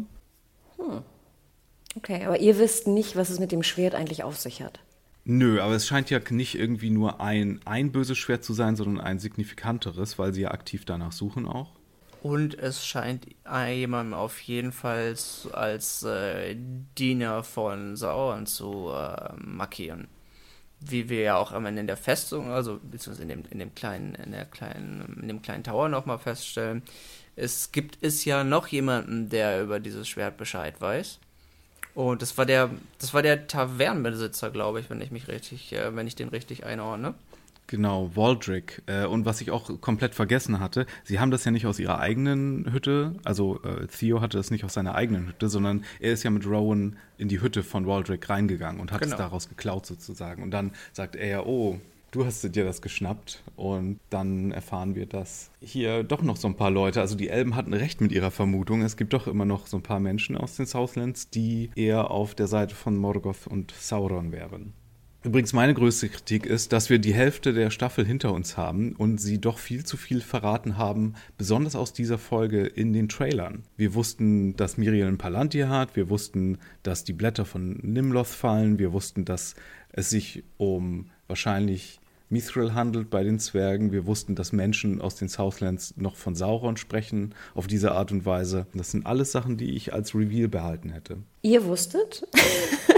Okay, aber ihr wisst nicht, was es mit dem Schwert eigentlich auf sich hat. Nö, aber es scheint ja nicht irgendwie nur ein böses Schwert zu sein, sondern ein signifikanteres, weil sie ja aktiv danach suchen auch. Und es scheint jemandem auf jeden Fall als Diener von Sauron zu markieren. Wie wir ja auch am Ende in der Festung, also beziehungsweise in dem kleinen Tower nochmal feststellen, es gibt ja noch jemanden, der über dieses Schwert Bescheid weiß. Und das war der Tavernenbesitzer, glaube ich, wenn ich den richtig einordne. Genau, Waldrick. Und was ich auch komplett vergessen hatte, sie haben das ja nicht aus ihrer eigenen Hütte, also Theo hatte das nicht aus seiner eigenen Hütte, sondern er ist ja mit Rowan in die Hütte von Waldrick reingegangen und hat es daraus geklaut sozusagen. Und dann sagt er ja, oh, du hast dir das geschnappt. Und dann erfahren wir, dass hier doch noch so ein paar Leute, also die Elben hatten recht mit ihrer Vermutung, es gibt doch immer noch so ein paar Menschen aus den Southlands, die eher auf der Seite von Morgoth und Sauron wären. Übrigens, meine größte Kritik ist, dass wir die Hälfte der Staffel hinter uns haben und sie doch viel zu viel verraten haben, besonders aus dieser Folge in den Trailern. Wir wussten, dass Miriel ein Palantir hat, wir wussten, dass die Blätter von Nimloth fallen, wir wussten, dass es sich um wahrscheinlich Mithril handelt bei den Zwergen, wir wussten, dass Menschen aus den Southlands noch von Sauron sprechen auf diese Art und Weise. Das sind alles Sachen, die ich als Reveal behalten hätte. Ihr wusstet?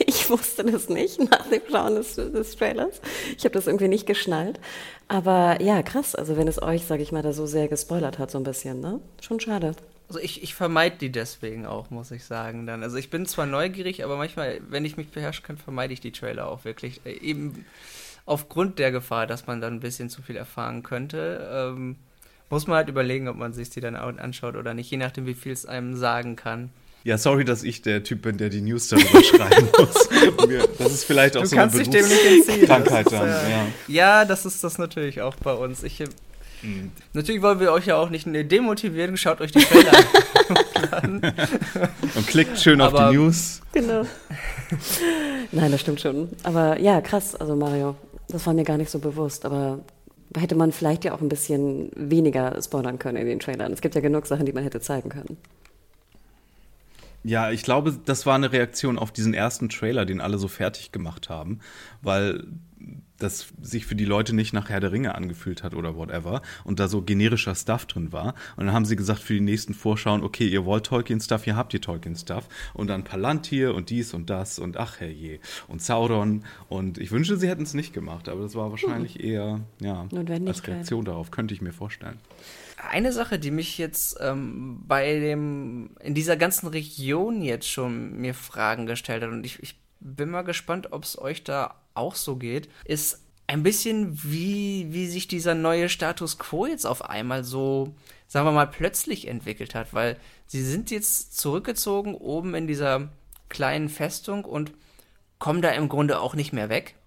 Ich wusste das nicht nach dem Schauen des Trailers. Ich habe das irgendwie nicht geschnallt. Aber ja, krass. Also wenn es euch, sage ich mal, da so sehr gespoilert hat, so ein bisschen, ne? Schon schade. Also ich vermeide die deswegen auch, muss ich sagen dann. Also ich bin zwar neugierig, aber manchmal, wenn ich mich beherrschen kann, vermeide ich die Trailer auch wirklich. Eben aufgrund der Gefahr, dass man dann ein bisschen zu viel erfahren könnte, muss man halt überlegen, ob man sich die dann anschaut oder nicht, je nachdem, wie viel es einem sagen kann. Ja, sorry, dass ich der Typ bin, der die News darüber schreiben muss. Das ist vielleicht auch du so eine Berufskrankheit dann. Ja, das ist das natürlich auch bei uns. Natürlich wollen wir euch ja auch nicht demotivieren. Schaut euch die Trailer an. Und klickt schön auf die News. Genau. Nein, das stimmt schon. Aber ja, krass. Also Mario, das war mir gar nicht so bewusst. Aber hätte man vielleicht ja auch ein bisschen weniger spoilern können in den Trailern. Es gibt ja genug Sachen, die man hätte zeigen können. Ja, ich glaube, das war eine Reaktion auf diesen ersten Trailer, den alle so fertig gemacht haben, weil das sich für die Leute nicht nach Herr der Ringe angefühlt hat oder whatever und da so generischer Stuff drin war. Und dann haben sie gesagt für die nächsten Vorschauen, okay, ihr wollt Tolkien-Stuff, hier habt ihr Tolkien-Stuff. Und dann Palantir und dies und das und ach herrje und Sauron. Und ich wünschte, sie hätten es nicht gemacht, aber das war wahrscheinlich eher, ja, als Reaktion darauf, könnte ich mir vorstellen. Eine Sache, die mich jetzt in dieser ganzen Region jetzt schon mir Fragen gestellt hat und ich bin mal gespannt, ob es euch da auch so geht, ist ein bisschen, wie sich dieser neue Status quo jetzt auf einmal so, sagen wir mal, plötzlich entwickelt hat, weil sie sind jetzt zurückgezogen oben in dieser kleinen Festung und kommen da im Grunde auch nicht mehr weg.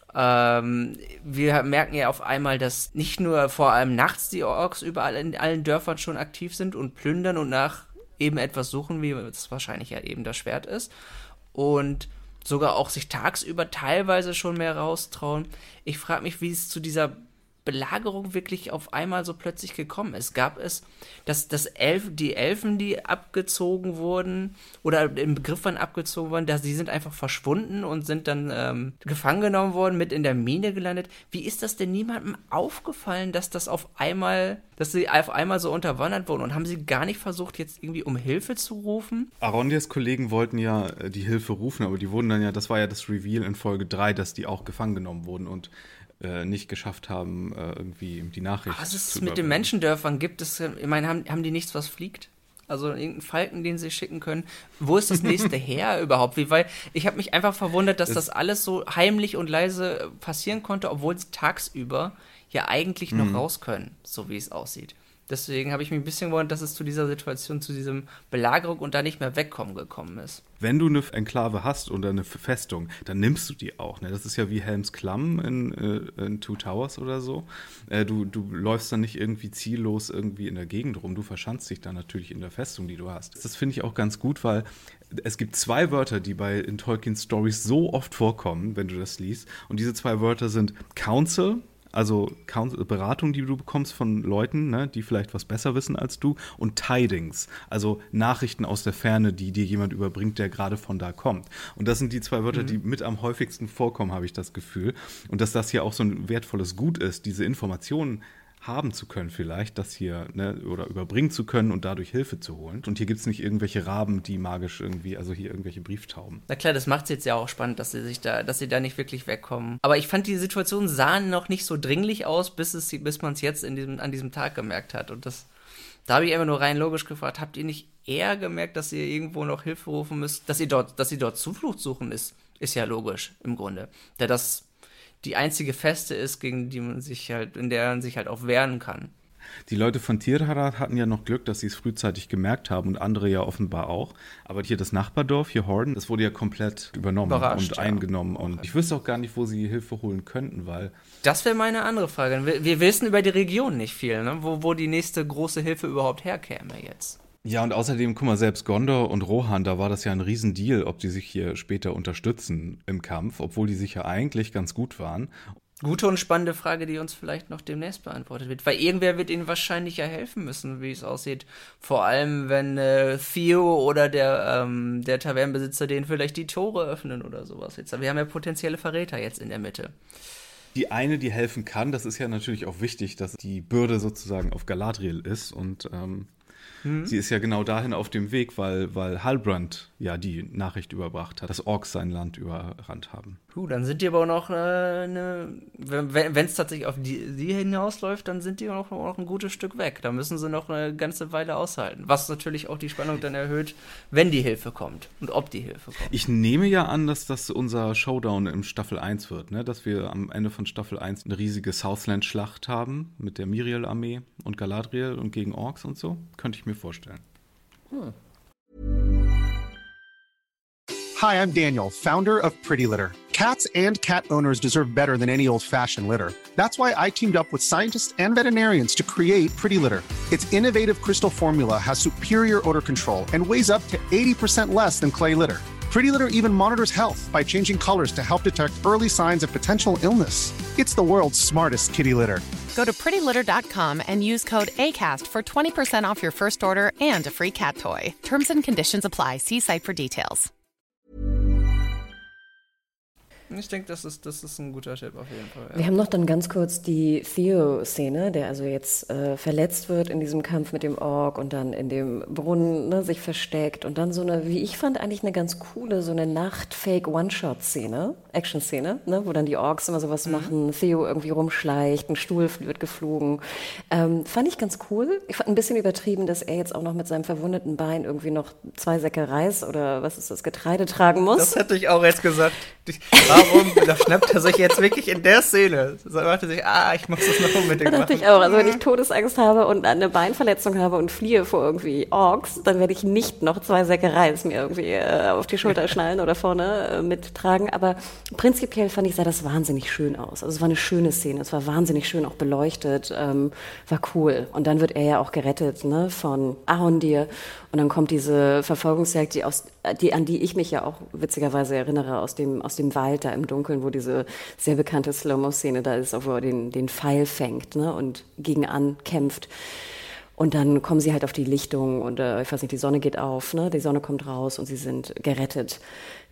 Wir merken ja auf einmal, dass nicht nur vor allem nachts die Orks überall in allen Dörfern schon aktiv sind und plündern und nach eben etwas suchen, wie es wahrscheinlich ja eben das Schwert ist. Und sogar auch sich tagsüber teilweise schon mehr raustrauen. Ich frage mich, wie es zu dieser Belagerung wirklich auf einmal so plötzlich gekommen ist. Gab es, dass die Elfen, die abgezogen wurden oder im Begriff waren abgezogen worden, die sind einfach verschwunden und sind dann gefangen genommen worden, mit in der Mine gelandet. Wie ist das denn niemandem aufgefallen, dass sie auf einmal so unterwandert wurden? Und haben sie gar nicht versucht, jetzt irgendwie um Hilfe zu rufen? Arondias Kollegen wollten ja die Hilfe rufen, aber die wurden dann ja, das war ja das Reveal in Folge 3, dass die auch gefangen genommen wurden und nicht geschafft haben, irgendwie die Nachricht was es zu mit den Menschendörfern gibt es, ich meine, haben die nichts, was fliegt? Also irgendeinen Falken, den sie schicken können. Wo ist das nächste her überhaupt? Weil ich habe mich einfach verwundert, dass das alles so heimlich und leise passieren konnte, obwohl sie tagsüber ja eigentlich noch raus können, so wie es aussieht. Deswegen habe ich mich ein bisschen gewundert, dass es zu dieser Situation, zu diesem Belagerung und da nicht mehr wegkommen gekommen ist. Wenn du eine Enklave hast oder eine Festung, dann nimmst du die auch. Ne? Das ist ja wie Helms Klamm in Two Towers oder so. Du läufst dann nicht irgendwie ziellos irgendwie in der Gegend rum. Du verschanzt dich dann natürlich in der Festung, die du hast. Das finde ich auch ganz gut, weil es gibt 2 Wörter, die in Tolkien's Stories so oft vorkommen, wenn du das liest. Und diese 2 Wörter sind Counsel, also Beratung, die du bekommst von Leuten, ne, die vielleicht was besser wissen als du, und Tidings, also Nachrichten aus der Ferne, die dir jemand überbringt, der gerade von da kommt. Und das sind die 2 Wörter, die mit am häufigsten vorkommen, habe ich das Gefühl. Und dass das hier auch so ein wertvolles Gut ist, diese Informationen haben zu können vielleicht, das hier, ne, oder überbringen zu können und dadurch Hilfe zu holen. Und hier gibt es nicht irgendwelche Raben, die magisch irgendwie, also hier irgendwelche Brieftauben. Na klar, das macht es jetzt ja auch spannend, dass sie da nicht wirklich wegkommen. Aber ich fand, die Situation sahen noch nicht so dringlich aus, bis man es jetzt an diesem Tag gemerkt hat. Und da habe ich einfach nur rein logisch gefragt, habt ihr nicht eher gemerkt, dass ihr irgendwo noch Hilfe rufen müsst, dass sie dort Zuflucht suchen ist ja logisch im Grunde. Da das die einzige Feste ist, in der man sich halt auch wehren kann. Die Leute von Tirharad hatten ja noch Glück, dass sie es frühzeitig gemerkt haben und andere ja offenbar auch. Aber hier das Nachbardorf, hier Horden, das wurde ja komplett übernommen und eingenommen. Und ich wüsste auch gar nicht, wo sie Hilfe holen könnten, weil... Das wäre meine andere Frage. Wir wissen über die Region nicht viel, ne? Wo die nächste große Hilfe überhaupt herkäme jetzt. Ja, und außerdem, guck mal, selbst Gondor und Rohan, da war das ja ein Riesendeal, ob die sich hier später unterstützen im Kampf, obwohl die sich ja eigentlich ganz gut waren. Gute und spannende Frage, die uns vielleicht noch demnächst beantwortet wird, weil irgendwer wird ihnen wahrscheinlich ja helfen müssen, wie es aussieht. Vor allem, wenn Theo oder der Tavernenbesitzer denen vielleicht die Tore öffnen oder sowas. Wir haben ja potenzielle Verräter jetzt in der Mitte. Die eine, die helfen kann, das ist ja natürlich auch wichtig, dass die Bürde sozusagen auf Galadriel ist und Sie ist ja genau dahin auf dem Weg, weil Halbrand ja die Nachricht überbracht hat, dass Orks sein Land überrannt haben. Dann sind die aber auch noch wenn es tatsächlich auf die hinausläuft, dann sind die auch noch ein gutes Stück weg. Da müssen sie noch eine ganze Weile aushalten. Was natürlich auch die Spannung dann erhöht, wenn die Hilfe kommt und ob die Hilfe kommt. Ich nehme ja an, dass das unser Showdown im Staffel 1 wird, ne? Dass wir am Ende von Staffel 1 eine riesige Southland-Schlacht haben mit der Miriel-Armee und Galadriel und gegen Orks und so. Könnte ich mir vorstellen. Hi, I'm Daniel, founder of Pretty Litter. Cats and cat owners deserve better than any old-fashioned litter. That's why I teamed up with scientists and veterinarians to create Pretty Litter. Its innovative crystal formula has superior odor control and weighs up to 80% less than clay litter. Pretty Litter even monitors health by changing colors to help detect early signs of potential illness. It's the world's smartest kitty litter. Go to prettylitter.com and use code ACAST for 20% off your first order and a free cat toy. Terms and conditions apply. See site for details. Ich denke, das ist ein guter Tipp auf jeden Fall. Ja. Wir haben noch dann ganz kurz die Theo-Szene, der also jetzt verletzt wird in diesem Kampf mit dem Ork und dann in dem Brunnen, ne, sich versteckt und dann so eine, wie ich fand, eigentlich eine ganz coole, so eine Nacht-Fake-One-Shot-Szene, Action-Szene, ne, wo dann die Orks immer sowas machen, Theo irgendwie rumschleicht, ein Stuhl wird geflogen. Fand ich ganz cool. Ich fand ein bisschen übertrieben, dass er jetzt auch noch mit seinem verwundeten Bein irgendwie noch 2 Säcke Reis oder was ist das, Getreide tragen muss. Das hätte ich auch jetzt gesagt. Warum schnappt er sich jetzt wirklich in der Szene? So dachte sich, ich muss das noch unbedingt machen. Das dachte ich auch. Also wenn ich Todesangst habe und eine Beinverletzung habe und fliehe vor irgendwie Orks, dann werde ich nicht noch 2 Säcke Reis mir irgendwie auf die Schulter schnallen oder vorne mittragen. Aber prinzipiell fand ich, sah das wahnsinnig schön aus. Also es war eine schöne Szene. Es war wahnsinnig schön auch beleuchtet. War cool. Und dann wird er ja auch gerettet, ne, von Arondir. Und dann kommt diese Verfolgungsjagd, an die ich mich ja auch witzigerweise erinnere, aus dem Wald da im Dunkeln, wo diese sehr bekannte Slow-Mo-Szene da ist, wo er den Pfeil fängt, ne, und gegen ankämpft. Und dann kommen sie halt auf die Lichtung und ich weiß nicht, die Sonne geht auf, ne, die Sonne kommt raus und sie sind gerettet.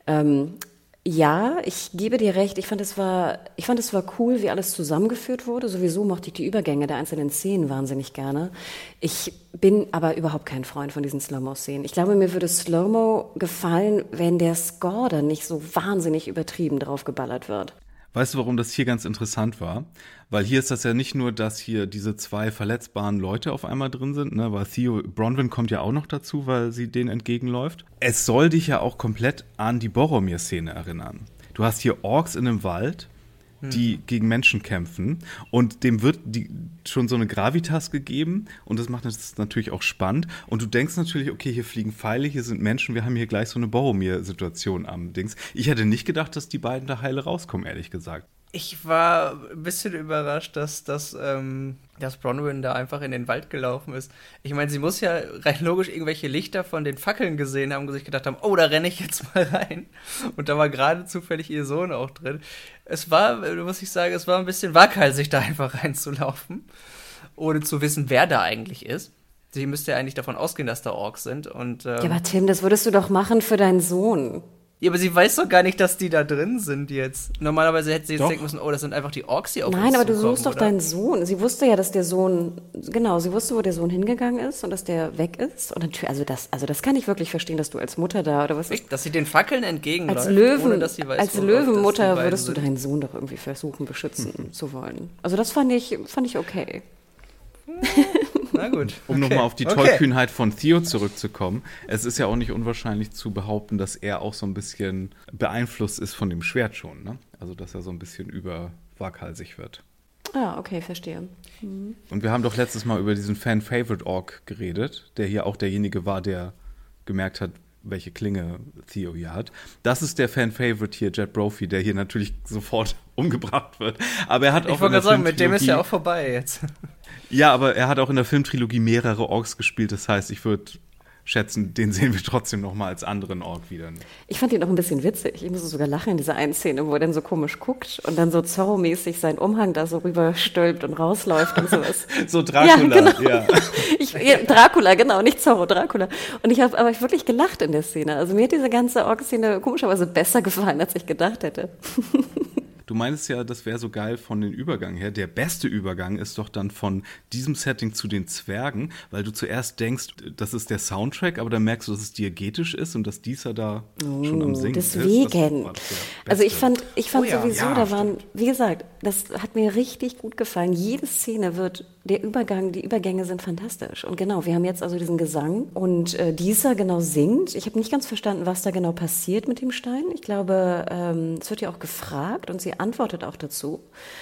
Ja, ich gebe dir recht. Ich fand, es war cool, wie alles zusammengeführt wurde. Sowieso mochte ich die Übergänge der einzelnen Szenen wahnsinnig gerne. Ich bin aber überhaupt kein Freund von diesen Slow-Mo-Szenen. Ich glaube, mir würde Slow-Mo gefallen, wenn der Score dann nicht so wahnsinnig übertrieben drauf geballert wird. Weißt du, warum das hier ganz interessant war? Weil hier ist das ja nicht nur, dass hier diese 2 verletzbaren Leute auf einmal drin sind, ne? Weil Theo Bronwyn kommt ja auch noch dazu, weil sie denen entgegenläuft. Es soll dich ja auch komplett an die Boromir-Szene erinnern. Du hast hier Orks in einem Wald, die gegen Menschen kämpfen und dem wird schon so eine Gravitas gegeben und das macht es natürlich auch spannend und du denkst natürlich, okay, hier fliegen Pfeile, hier sind Menschen, wir haben hier gleich so eine Boromir-Situation am Dings. Ich hätte nicht gedacht, dass die beiden da heile rauskommen, ehrlich gesagt. Ich war ein bisschen überrascht, dass Bronwyn da einfach in den Wald gelaufen ist. Ich meine, sie muss ja rein logisch irgendwelche Lichter von den Fackeln gesehen haben und sich gedacht haben, da renne ich jetzt mal rein. Und da war gerade zufällig ihr Sohn auch drin. Es war, muss ich sagen, es war ein bisschen waghalsig, da einfach reinzulaufen, ohne zu wissen, wer da eigentlich ist. Sie müsste ja eigentlich davon ausgehen, dass da Orks sind. Und, ja, aber Tim, das würdest du doch machen für deinen Sohn. Ja, aber sie weiß doch gar nicht, dass die da drin sind jetzt. Normalerweise hätte sie jetzt denken müssen, das sind einfach die Orks, die auf uns zukommen. Nein, aber du suchst doch deinen Sohn. Sie wusste ja, dass der Sohn, genau, sie wusste, wo der Sohn hingegangen ist und dass der weg ist. Und natürlich, also das kann ich wirklich verstehen, dass du als Mutter da, oder was ist? Dass sie den Fackeln entgegenläuft, ohne dass sie weiß, als Löwenmutter würdest du deinen Sohn doch irgendwie versuchen, beschützen zu wollen. Also das fand ich okay. Na gut. Um nochmal auf die Tollkühnheit von Theo zurückzukommen. Es ist ja auch nicht unwahrscheinlich zu behaupten, dass er auch so ein bisschen beeinflusst ist von dem Schwert schon, ne? Also, dass er so ein bisschen überwaghalsig wird. Ah, okay, verstehe. Mhm. Und wir haben doch letztes Mal über diesen Fan-Favorite-Orc geredet, der hier auch derjenige war, der gemerkt hat, welche Klinge Theo hier hat. Das ist der Fan-Favorite hier, Jet Brophy, der hier natürlich sofort umgebracht wird. Aber er hat auch ich wollte gerade sagen, mit dem ist ja auch vorbei jetzt. Ja, aber er hat auch in der Filmtrilogie mehrere Orks gespielt. Das heißt, ich würde schätzen, den sehen wir trotzdem noch mal als anderen Ork wieder. Ich fand ihn auch ein bisschen witzig. Ich musste sogar lachen in dieser einen Szene, wo er dann so komisch guckt und dann so Zorro-mäßig seinen Umhang da so rüberstülpt und rausläuft und sowas. So Dracula, ja. Genau. Ja. Dracula, genau, nicht Zorro, Dracula. Und ich habe aber wirklich gelacht in der Szene. Also mir hat diese ganze Ork-Szene komischerweise besser gefallen, als ich gedacht hätte. du meinst ja, das wäre so geil von den Übergang her. Der beste Übergang ist doch dann von diesem Setting zu den Zwergen, weil du zuerst denkst, das ist der Soundtrack, aber dann merkst du, dass es diegetisch ist und dass dieser da schon am Singen deswegen. ist. Also ich fand sowieso, ja, da waren, wie gesagt, das hat mir richtig gut gefallen. Jede Szene die Übergänge sind fantastisch. Und genau, wir haben jetzt also diesen Gesang und dieser genau singt. Ich habe nicht ganz verstanden, was da genau passiert mit dem Stein. Ich glaube, es wird ja auch gefragt und sie antwortet auch dazu.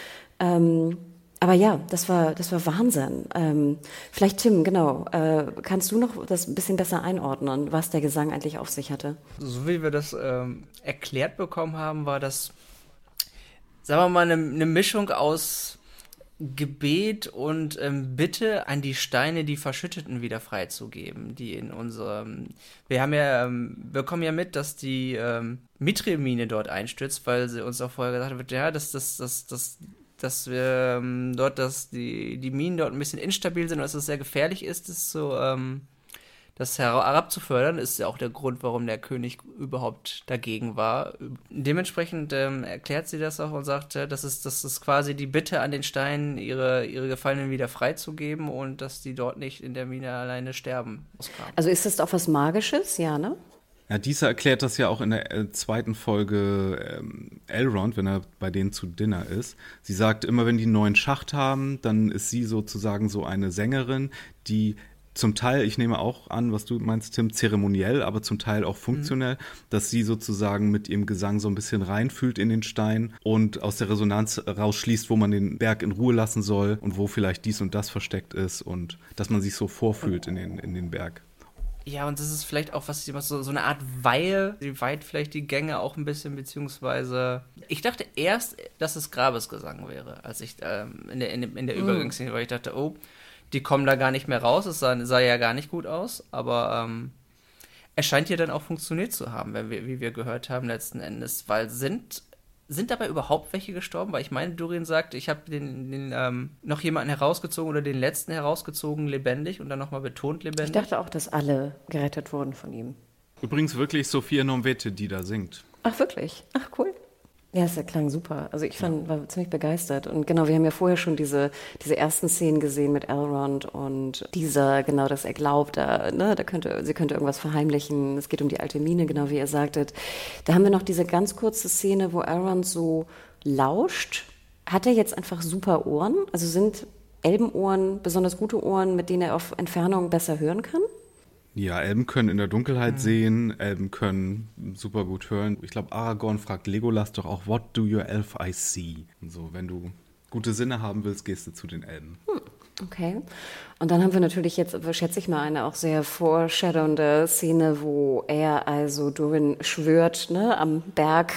Aber ja, das war Wahnsinn. Vielleicht, Tim, genau, kannst du noch das ein bisschen besser einordnen, was der Gesang eigentlich auf sich hatte? So wie wir das erklärt bekommen haben, war das, sagen wir mal, eine Mischung aus Gebet und Bitte an die Steine, die Verschütteten wieder freizugeben, die in unserem... Wir kommen ja mit, dass die Mithril-Mine dort einstürzt, weil sie uns auch vorher gesagt wird, ja, dass wir die Minen dort ein bisschen instabil sind und dass es sehr gefährlich ist, das herabzufördern, ist ja auch der Grund, warum der König überhaupt dagegen war. Dementsprechend erklärt sie das auch und sagt, das ist quasi die Bitte an den Steinen, ihre Gefallenen wieder freizugeben und dass die dort nicht in der Mine alleine sterben. Also ist das auch was Magisches, ja, ne? Ja, dieser erklärt das ja auch in der zweiten Folge Elrond, wenn er bei denen zu Dinner ist. Sie sagt, immer wenn die einen neuen Schacht haben, dann ist sie sozusagen so eine Sängerin, die zum Teil, ich nehme auch an, was du meinst, Tim, zeremoniell, aber zum Teil auch funktionell, dass sie sozusagen mit ihrem Gesang so ein bisschen reinfühlt in den Stein und aus der Resonanz rausschließt, wo man den Berg in Ruhe lassen soll und wo vielleicht dies und das versteckt ist und dass man sich so vorfühlt in den Berg. Ja, und das ist vielleicht auch so eine Art Weihe, die weiht vielleicht die Gänge auch ein bisschen, beziehungsweise ich dachte erst, dass es Grabesgesang wäre, als ich in der Übergangsszene, weil ich dachte, oh, die kommen da gar nicht mehr raus, es sah ja gar nicht gut aus, aber es scheint ja dann auch funktioniert zu haben, wie wir gehört haben letzten Endes, weil sind dabei überhaupt welche gestorben? Weil ich meine, Durin sagt, ich habe den noch jemanden herausgezogen oder den letzten herausgezogen lebendig und dann nochmal betont lebendig. Ich dachte auch, dass alle gerettet wurden von ihm. Übrigens wirklich Sophia Nomvete, die da singt. Ach, wirklich? Ach, cool. Ja, es klang super. Also ich war ziemlich begeistert. Und genau, wir haben ja vorher schon diese ersten Szenen gesehen mit Elrond und dass er glaubt, sie könnte irgendwas verheimlichen. Es geht um die alte Mine, genau wie ihr sagtet. Da haben wir noch diese ganz kurze Szene, wo Elrond so lauscht. Hat er jetzt einfach super Ohren? Also sind Elbenohren besonders gute Ohren, mit denen er auf Entfernung besser hören kann? Ja, Elben können in der Dunkelheit sehen, Elben können super gut hören. Ich glaube, Aragorn fragt Legolas doch auch, what do your elf eyes see? Und so, wenn du gute Sinne haben willst, gehst du zu den Elben. Okay. Und dann haben wir natürlich jetzt, schätze ich mal, eine auch sehr foreshadowende Szene, wo er also Durin schwört, ne, am Berg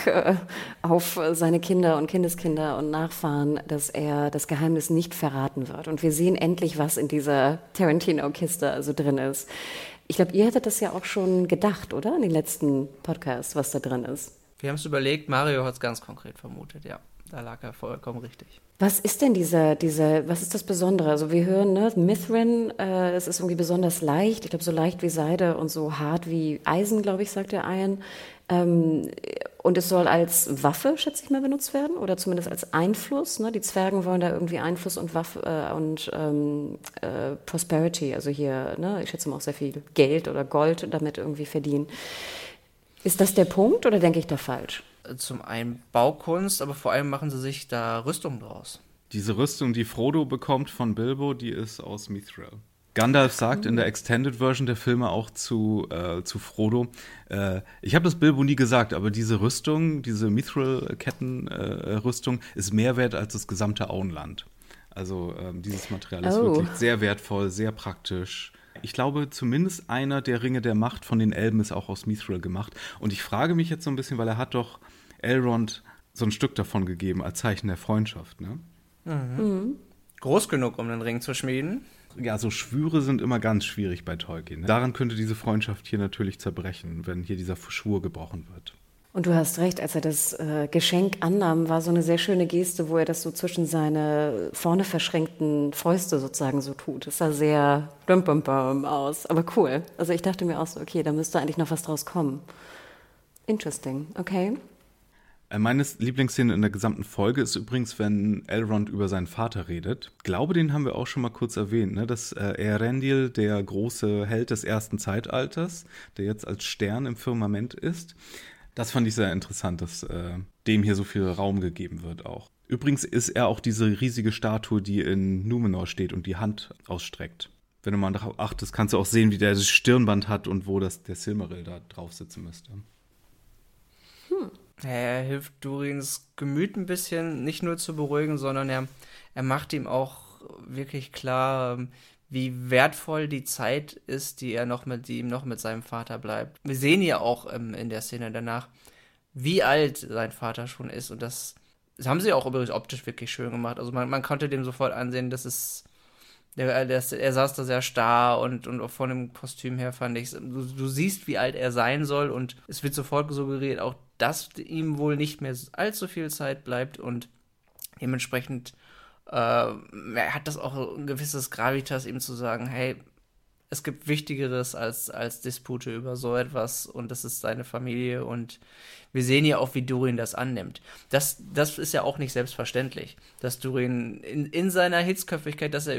auf seine Kinder und Kindeskinder und Nachfahren, dass er das Geheimnis nicht verraten wird. Und wir sehen endlich, was in dieser Tarantino-Kiste also drin ist. Ich glaube, ihr hättet das ja auch schon gedacht, oder? In den letzten Podcasts, was da drin ist. Wir haben es überlegt, Mario hat es ganz konkret vermutet, ja. Da lag er vollkommen richtig. Was ist denn was ist das Besondere? Also wir hören, ne, Mithrin, es ist irgendwie besonders leicht, ich glaube so leicht wie Seide und so hart wie Eisen, glaube ich, sagt der Ian. Und es soll als Waffe, schätze ich mal, benutzt werden oder zumindest als Einfluss. Ne? Die Zwergen wollen da irgendwie Einfluss und Waffe und Prosperity, also hier, ne, ich schätze mal auch sehr viel Geld oder Gold damit irgendwie verdienen. Ist das der Punkt oder denke ich da falsch? Zum einen Baukunst, aber vor allem machen sie sich da Rüstung draus. Diese Rüstung, die Frodo bekommt von Bilbo, die ist aus Mithril. Gandalf sagt in der Extended Version der Filme auch zu Frodo, ich habe das Bilbo nie gesagt, aber diese Rüstung, diese Mithril-Kettenrüstung ist mehr wert als das gesamte Auenland. Also dieses Material ist wirklich sehr wertvoll, sehr praktisch. Ich glaube, zumindest einer der Ringe der Macht von den Elben ist auch aus Mithril gemacht. Und ich frage mich jetzt so ein bisschen, weil er hat doch Elrond so ein Stück davon gegeben als Zeichen der Freundschaft, ne? Mhm. Groß genug, um den Ring zu schmieden. Ja, so Schwüre sind immer ganz schwierig bei Tolkien. Ne? Daran könnte diese Freundschaft hier natürlich zerbrechen, wenn hier dieser Schwur gebrochen wird. Und du hast recht, als er das Geschenk annahm, war so eine sehr schöne Geste, wo er das so zwischen seine vorne verschränkten Fäuste sozusagen so tut. Das sah sehr aus, aber cool. Also ich dachte mir auch so, okay, da müsste eigentlich noch was draus kommen. Interesting, okay. Meine Lieblingsszene in der gesamten Folge ist übrigens, wenn Elrond über seinen Vater redet. Ich glaube, den haben wir auch schon mal kurz erwähnt, ne? Dass Eärendil, der große Held des ersten Zeitalters, der jetzt als Stern im Firmament ist. Das fand ich sehr interessant, dass dem hier so viel Raum gegeben wird auch. Übrigens ist er auch diese riesige Statue, die in Numenor steht und die Hand ausstreckt. Wenn du mal darauf achtest, kannst du auch sehen, wie der das Stirnband hat und wo der Silmaril da drauf sitzen müsste. Er hilft Durins Gemüt ein bisschen, nicht nur zu beruhigen, sondern er macht ihm auch wirklich klar, wie wertvoll die Zeit ist, die ihm noch mit seinem Vater bleibt. Wir sehen ja auch in der Szene danach, wie alt sein Vater schon ist. Und das haben sie auch übrigens optisch wirklich schön gemacht. Also man konnte dem sofort ansehen, dass er saß da sehr starr und auch von dem Kostüm her fand ich, du siehst, wie alt er sein soll und es wird sofort suggeriert, auch dass ihm wohl nicht mehr allzu viel Zeit bleibt und dementsprechend hat das auch ein gewisses Gravitas, ihm zu sagen, hey, es gibt Wichtigeres als Dispute über so etwas und das ist seine Familie und wir sehen ja auch, wie Durin das annimmt. Das ist ja auch nicht selbstverständlich, dass Durin in seiner Hitzköpfigkeit, dass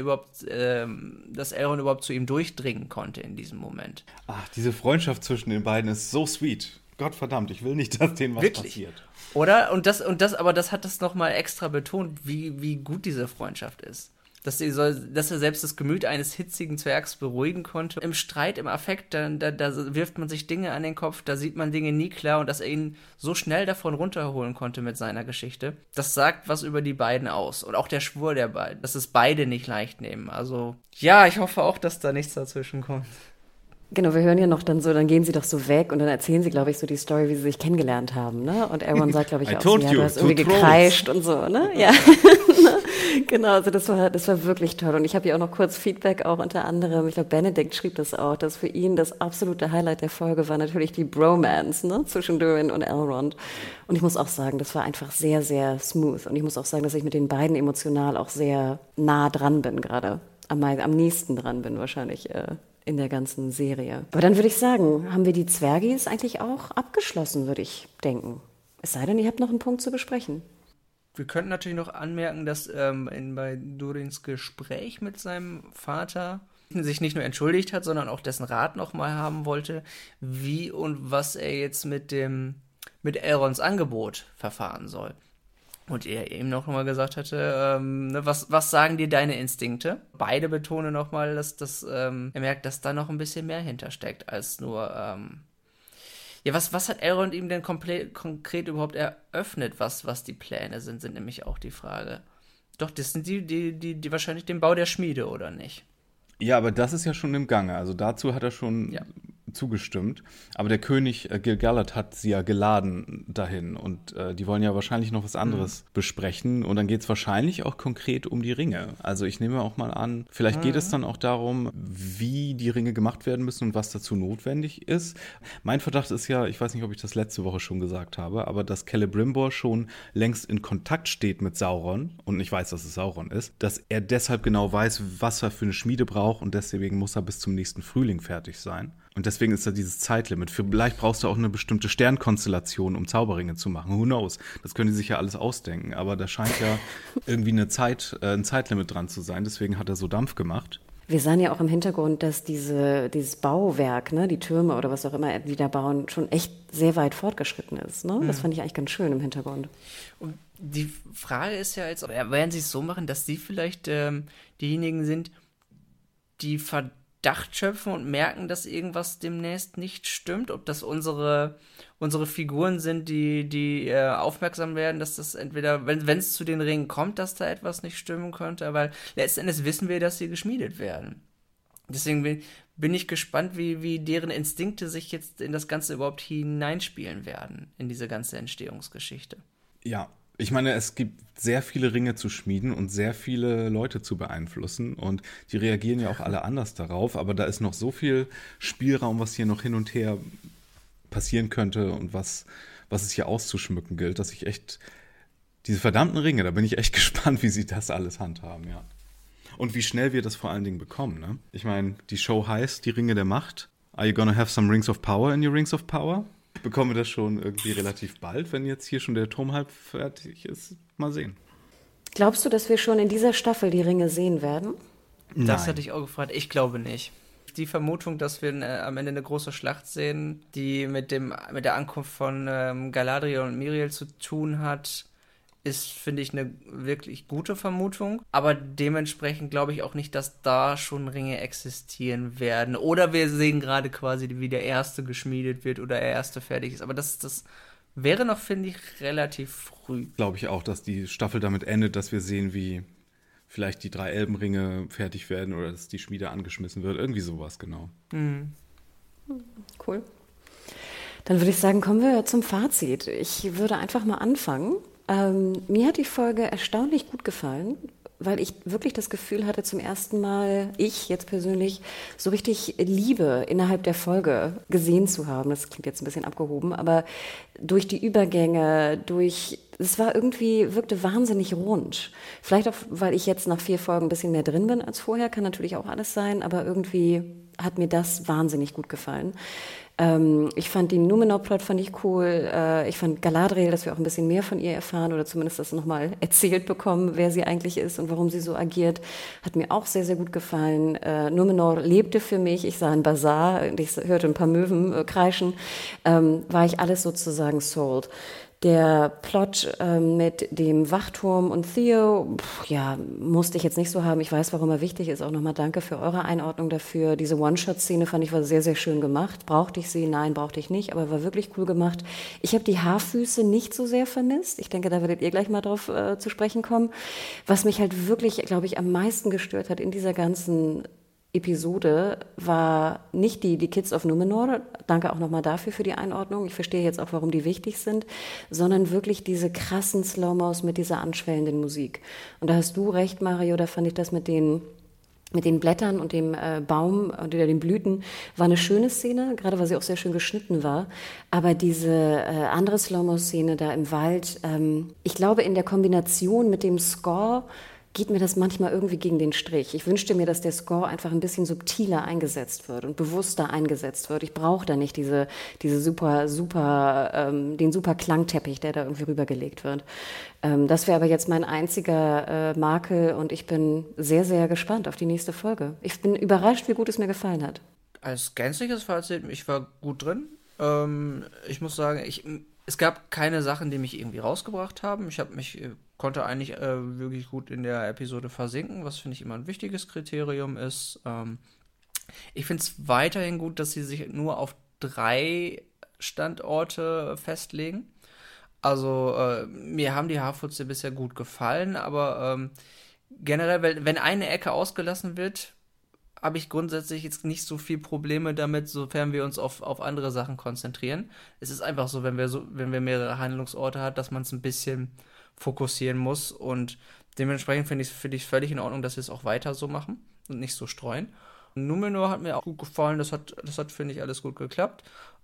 Elrond überhaupt zu ihm durchdringen konnte in diesem Moment. Ach, diese Freundschaft zwischen den beiden ist so sweet. Gottverdammt, ich will nicht, dass denen was Wirklich? Passiert. Oder? Aber das hat das nochmal extra betont, wie gut diese Freundschaft ist. Dass er selbst das Gemüt eines hitzigen Zwergs beruhigen konnte. Im Streit, im Affekt, da wirft man sich Dinge an den Kopf, da sieht man Dinge nie klar und dass er ihn so schnell davon runterholen konnte mit seiner Geschichte, das sagt was über die beiden aus. Und auch der Schwur der beiden, dass es beide nicht leicht nehmen. Also, ja, ich hoffe auch, dass da nichts dazwischen kommt. Genau, wir hören ja noch dann so, dann gehen sie doch so weg und dann erzählen sie, glaube ich, so die Story, wie sie sich kennengelernt haben, ne? Und Elrond sagt, glaube ich, auch so, ja, du hast irgendwie gekreischt und so, ne? Ja, genau, also das war wirklich toll. Und ich habe ja auch noch kurz Feedback auch unter anderem, ich glaube, Benedikt schrieb das auch, dass für ihn das absolute Highlight der Folge war natürlich die Bromance, ne? Zwischen Durin und Elrond. Und ich muss auch sagen, das war einfach sehr, sehr smooth. Und ich muss auch sagen, dass ich mit den beiden emotional auch sehr nah dran bin gerade. Am nächsten dran bin wahrscheinlich, in der ganzen Serie. Aber dann würde ich sagen, haben wir die Zwergis eigentlich auch abgeschlossen, würde ich denken. Es sei denn, ihr habt noch einen Punkt zu besprechen. Wir könnten natürlich noch anmerken, dass bei Durins Gespräch mit seinem Vater sich nicht nur entschuldigt hat, sondern auch dessen Rat nochmal haben wollte, wie und was er jetzt mit Elronds Angebot verfahren soll. Und er eben noch mal gesagt hatte, was sagen dir deine Instinkte? Beide betonen nochmal, dass er merkt, dass da noch ein bisschen mehr hintersteckt, als nur, was hat Elrond ihm denn konkret überhaupt eröffnet, was die Pläne sind nämlich auch die Frage. Doch, das sind die wahrscheinlich den Bau der Schmiede, oder nicht? Ja, aber das ist ja schon im Gange. Also dazu hat er schon zugestimmt. Aber der König Gil-galad hat sie ja geladen dahin. Und die wollen ja wahrscheinlich noch was anderes besprechen. Und dann geht es wahrscheinlich auch konkret um die Ringe. Also ich nehme auch mal an, vielleicht geht es dann auch darum, wie die Ringe gemacht werden müssen und was dazu notwendig ist. Mein Verdacht ist ja, ich weiß nicht, ob ich das letzte Woche schon gesagt habe, aber dass Celebrimbor schon längst in Kontakt steht mit Sauron. Und ich weiß, dass es Sauron ist. Dass er deshalb genau weiß, was er für eine Schmiede braucht. Und deswegen muss er bis zum nächsten Frühling fertig sein. Und deswegen ist da dieses Zeitlimit. Vielleicht brauchst du auch eine bestimmte Sternkonstellation, um Zauberringe zu machen. Who knows? Das können die sich ja alles ausdenken. Aber da scheint ja irgendwie ein Zeitlimit dran zu sein. Deswegen hat er so Dampf gemacht. Wir sahen ja auch im Hintergrund, dass dieses Bauwerk, ne, die Türme oder was auch immer die da bauen, schon echt sehr weit fortgeschritten ist. Ne? Das fand ich eigentlich ganz schön im Hintergrund. Und die Frage ist ja jetzt, werden sie es so machen, dass sie vielleicht diejenigen sind, die Verdacht schöpfen und merken, dass irgendwas demnächst nicht stimmt, ob das unsere Figuren sind, die aufmerksam werden, dass das entweder, wenn es zu den Ringen kommt, dass da etwas nicht stimmen könnte, weil letzten Endes wissen wir, dass sie geschmiedet werden. Deswegen bin ich gespannt, wie deren Instinkte sich jetzt in das Ganze überhaupt hineinspielen werden, in diese ganze Entstehungsgeschichte. Ja. Ich meine, es gibt sehr viele Ringe zu schmieden und sehr viele Leute zu beeinflussen und die reagieren ja auch alle anders darauf, aber da ist noch so viel Spielraum, was hier noch hin und her passieren könnte und was es hier auszuschmücken gilt, dass ich echt, diese verdammten Ringe, da bin ich echt gespannt, wie sie das alles handhaben, ja. Und wie schnell wir das vor allen Dingen bekommen, ne? Ich meine, die Show heißt Die Ringe der Macht. Are you gonna have some rings of power in your rings of power? Bekommen wir das schon irgendwie relativ bald, wenn jetzt hier schon der Turm halb fertig ist? Mal sehen. Glaubst du, dass wir schon in dieser Staffel die Ringe sehen werden? Das Nein. hatte ich auch gefragt. Ich glaube nicht. Die Vermutung, dass wir am Ende eine große Schlacht sehen, die mit der Ankunft von Galadriel und Miriel zu tun hat, ist, finde ich, eine wirklich gute Vermutung. Aber dementsprechend glaube ich auch nicht, dass da schon Ringe existieren werden. Oder wir sehen gerade quasi, wie der erste geschmiedet wird oder der erste fertig ist. Aber das wäre noch, finde ich, relativ früh. Glaube ich auch, dass die Staffel damit endet, dass wir sehen, wie vielleicht die 3 Elbenringe fertig werden oder dass die Schmiede angeschmissen wird. Irgendwie sowas, genau. Cool. Dann würde ich sagen, kommen wir zum Fazit. Ich würde einfach mal anfangen. Mir hat die Folge erstaunlich gut gefallen, weil ich wirklich das Gefühl hatte, zum ersten Mal, ich jetzt persönlich, so richtig Liebe innerhalb der Folge gesehen zu haben. Das klingt jetzt ein bisschen abgehoben, aber durch die Übergänge, es war irgendwie, wirkte wahnsinnig rund. Vielleicht auch, weil ich jetzt nach 4 Folgen ein bisschen mehr drin bin als vorher, kann natürlich auch alles sein, aber irgendwie hat mir das wahnsinnig gut gefallen. Ich fand den Numenor-Plot fand ich cool. Ich fand Galadriel, dass wir auch ein bisschen mehr von ihr erfahren oder zumindest das nochmal erzählt bekommen, wer sie eigentlich ist und warum sie so agiert, hat mir auch sehr, sehr gut gefallen. Numenor lebte für mich. Ich sah einen Bazar und ich hörte ein paar Möwen kreischen. War ich alles sozusagen sold. Der Plot mit dem Wachturm und Theo, musste ich jetzt nicht so haben. Ich weiß, warum er wichtig ist. Auch nochmal danke für eure Einordnung dafür. Diese One-Shot-Szene fand ich war sehr, sehr schön gemacht. Brauchte ich sie? Nein, brauchte ich nicht, aber war wirklich cool gemacht. Ich habe die Haarfüße nicht so sehr vermisst. Ich denke, da werdet ihr gleich mal drauf zu sprechen kommen. Was mich halt wirklich, glaube ich, am meisten gestört hat in dieser ganzen Episode war nicht die Kids of Numenor, danke auch nochmal dafür für die Einordnung, ich verstehe jetzt auch, warum die wichtig sind, sondern wirklich diese krassen Slow-Mos mit dieser anschwellenden Musik. Und da hast du recht, Mario, da fand ich das mit den Blättern und dem Baum oder den Blüten war eine schöne Szene, gerade weil sie auch sehr schön geschnitten war. Aber diese andere Slow-Mo-Szene da im Wald, ich glaube, in der Kombination mit dem Score geht mir das manchmal irgendwie gegen den Strich. Ich wünschte mir, dass der Score einfach ein bisschen subtiler eingesetzt wird und bewusster eingesetzt wird. Ich brauche da nicht den super Klangteppich, der da irgendwie rübergelegt wird. Das wäre aber jetzt mein einziger Makel und ich bin sehr, sehr gespannt auf die nächste Folge. Ich bin überrascht, wie gut es mir gefallen hat. Als gänzliches Fazit, ich war gut drin. Ich muss sagen, es gab keine Sachen, die mich irgendwie rausgebracht haben. Konnte eigentlich wirklich gut in der Episode versinken, was finde ich immer ein wichtiges Kriterium ist. Ich finde es weiterhin gut, dass sie sich nur auf 3 Standorte festlegen. Also mir haben die Haarfutze bisher gut gefallen, aber generell, wenn eine Ecke ausgelassen wird, habe ich grundsätzlich jetzt nicht so viel Probleme damit, sofern wir uns auf andere Sachen konzentrieren. Es ist einfach so, wenn wir mehrere Handlungsorte haben, dass man es ein bisschen fokussieren muss und dementsprechend finde ich völlig in Ordnung, dass wir es auch weiter so machen und nicht so streuen. Numenor hat mir auch gut gefallen, das hat finde ich, alles gut geklappt.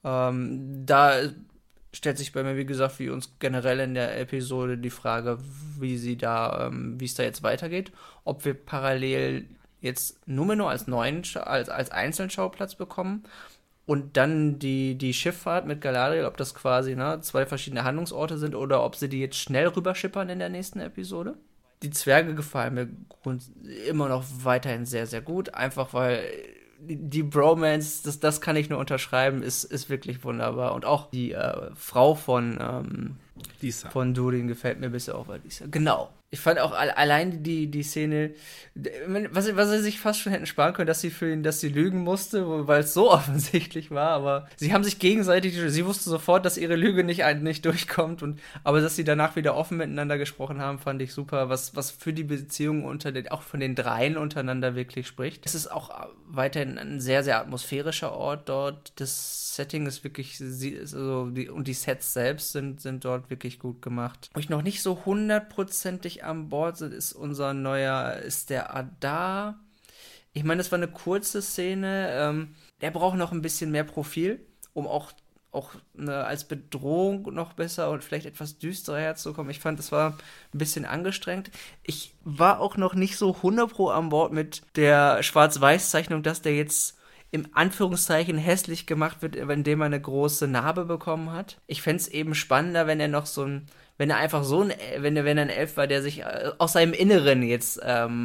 Da stellt sich bei mir, wie gesagt, wie uns generell in der Episode die Frage, wie es da jetzt weitergeht, ob wir parallel jetzt Numenor als einzelnen Schauplatz bekommen und dann die Schifffahrt mit Galadriel, ob das quasi 2 verschiedene Handlungsorte sind oder ob sie die jetzt schnell rüberschippern in der nächsten Episode. Die Zwerge gefallen mir immer noch weiterhin sehr, sehr gut, einfach weil die Bromance, das kann ich nur unterschreiben, ist wirklich wunderbar. Und auch die Frau von Durin gefällt mir bisher auch bei Lisa. Genau. Ich fand auch allein die Szene, was sie sich fast schon hätten sparen können, dass sie lügen musste, weil es so offensichtlich war, aber sie haben sich gegenseitig, sie wusste sofort, dass ihre Lüge nicht durchkommt, aber dass sie danach wieder offen miteinander gesprochen haben, fand ich super, was für die Beziehung auch von den dreien untereinander wirklich spricht. Es ist auch weiterhin ein sehr, sehr atmosphärischer Ort dort. Das Setting ist wirklich, und die Sets selbst sind dort wirklich gut gemacht. Wo ich noch nicht so 100%ig an Bord sind, ist der Adar. Ich meine, das war eine kurze Szene. Der braucht noch ein bisschen mehr Profil, um auch als Bedrohung noch besser und vielleicht etwas düsterer herzukommen. Ich fand, das war ein bisschen angestrengt. Ich war auch noch nicht so 100% an Bord mit der Schwarz-Weiß-Zeichnung, dass der jetzt im Anführungszeichen hässlich gemacht wird, indem er eine große Narbe bekommen hat. Ich fände es eben spannender, wenn er noch wenn er ein Elf war, der sich aus seinem Inneren jetzt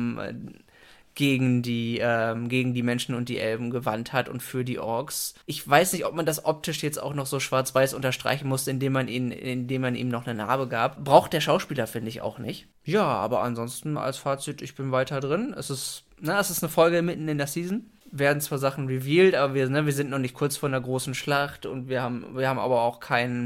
gegen die Menschen und die Elben gewandt hat und für die Orks. Ich weiß nicht, ob man das optisch jetzt auch noch so schwarz-weiß unterstreichen muss, indem man ihm noch eine Narbe gab. Braucht der Schauspieler, finde ich, auch nicht. Ja, aber ansonsten als Fazit, ich bin weiter drin. Es ist eine Folge mitten in der Season. Werden zwar Sachen revealed, aber wir sind noch nicht kurz vor einer großen Schlacht und wir haben aber auch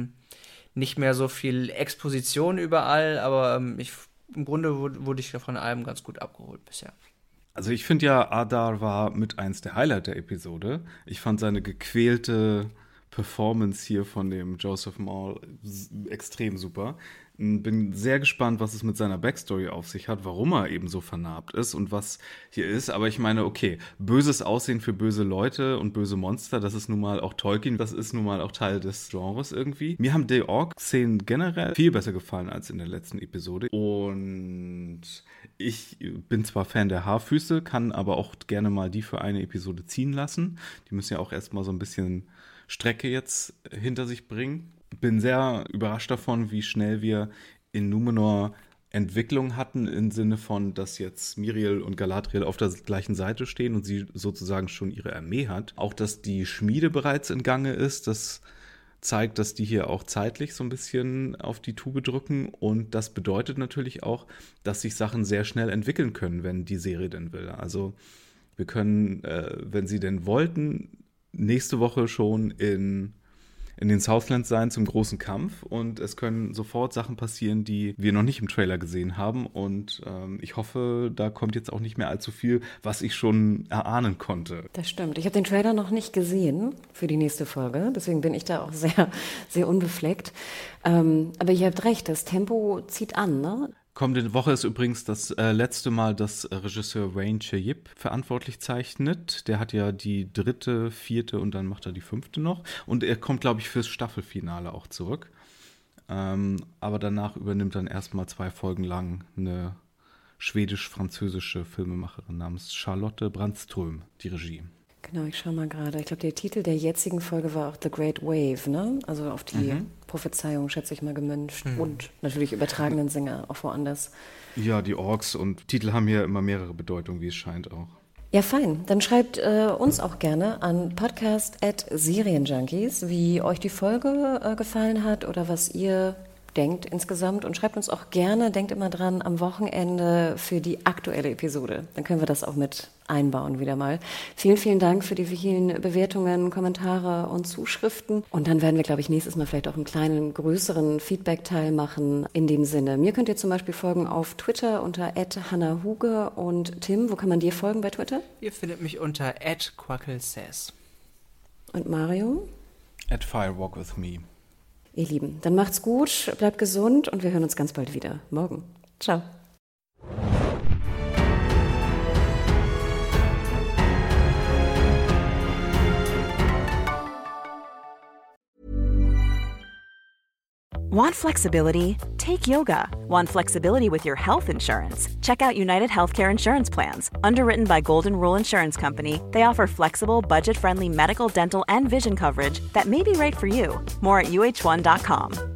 nicht mehr so viel Exposition überall, aber im Grunde wurde ich von allem ganz gut abgeholt bisher. Also ich finde ja, Adar war mit eins der Highlight der Episode. Ich fand seine gequälte Performance hier von dem Joseph Maul extrem super. Bin sehr gespannt, was es mit seiner Backstory auf sich hat, warum er eben so vernarbt ist und was hier ist. Aber ich meine, okay, böses Aussehen für böse Leute und böse Monster, das ist nun mal auch Tolkien, das ist nun mal auch Teil des Genres irgendwie. Mir haben die Ork-Szenen generell viel besser gefallen als in der letzten Episode. Und ich bin zwar Fan der Haarfüße, kann aber auch gerne mal die für eine Episode ziehen lassen. Die müssen ja auch erstmal so ein bisschen Strecke jetzt hinter sich bringen. Bin sehr überrascht davon, wie schnell wir in Numenor Entwicklung hatten, im Sinne von, dass jetzt Miriel und Galadriel auf der gleichen Seite stehen und sie sozusagen schon ihre Armee hat. Auch, dass die Schmiede bereits in Gange ist, das zeigt, dass die hier auch zeitlich so ein bisschen auf die Tube drücken. Und das bedeutet natürlich auch, dass sich Sachen sehr schnell entwickeln können, wenn die Serie denn will. Also wir können, wenn sie denn wollten, nächste Woche schon in den Southlands sein zum großen Kampf und es können sofort Sachen passieren, die wir noch nicht im Trailer gesehen haben und ich hoffe, da kommt jetzt auch nicht mehr allzu viel, was ich schon erahnen konnte. Das stimmt. Ich habe den Trailer noch nicht gesehen für die nächste Folge, deswegen bin ich da auch sehr, sehr unbefleckt. Aber ihr habt recht, das Tempo zieht an, ne? Kommende Woche ist übrigens das letzte Mal, dass Regisseur Wayne Chayip verantwortlich zeichnet. Der hat ja die 3., 4. und dann macht er die 5. noch. Und er kommt, glaube ich, fürs Staffelfinale auch zurück. Aber danach übernimmt dann erstmal 2 Folgen lang eine schwedisch-französische Filmemacherin namens Charlotte Brandström die Regie. Genau, ich schaue mal gerade. Ich glaube, der Titel der jetzigen Folge war auch The Great Wave, ne? Also auf die Prophezeiung, schätze ich mal, gemünzt. Und natürlich übertragenen Sinne auch woanders. Ja, die Orks und Titel haben hier immer mehrere Bedeutungen, wie es scheint auch. Ja, fein. Dann schreibt uns auch gerne an podcast@serienjunkies, wie euch die Folge gefallen hat oder was ihr denkt insgesamt und schreibt uns auch gerne, denkt immer dran, am Wochenende für die aktuelle Episode. Dann können wir das auch mit einbauen wieder mal. Vielen, vielen Dank für die vielen Bewertungen, Kommentare und Zuschriften. Und dann werden wir, glaube ich, nächstes Mal vielleicht auch einen kleinen, größeren Feedback-Teil machen. In dem Sinne, mir könnt ihr zum Beispiel folgen auf Twitter unter @HannahHuge und Tim, wo kann man dir folgen bei Twitter? Ihr findet mich unter @quacklesays. Und Mario? @firewalkwithme. Ihr Lieben, dann macht's gut, bleibt gesund und wir hören uns ganz bald wieder. Morgen. Ciao. Want flexibility? Take yoga. Want flexibility with your health insurance? Check out United Healthcare Insurance Plans. Underwritten by Golden Rule Insurance Company, they offer flexible, budget-friendly medical, dental, and vision coverage that may be right for you. More at uh1.com.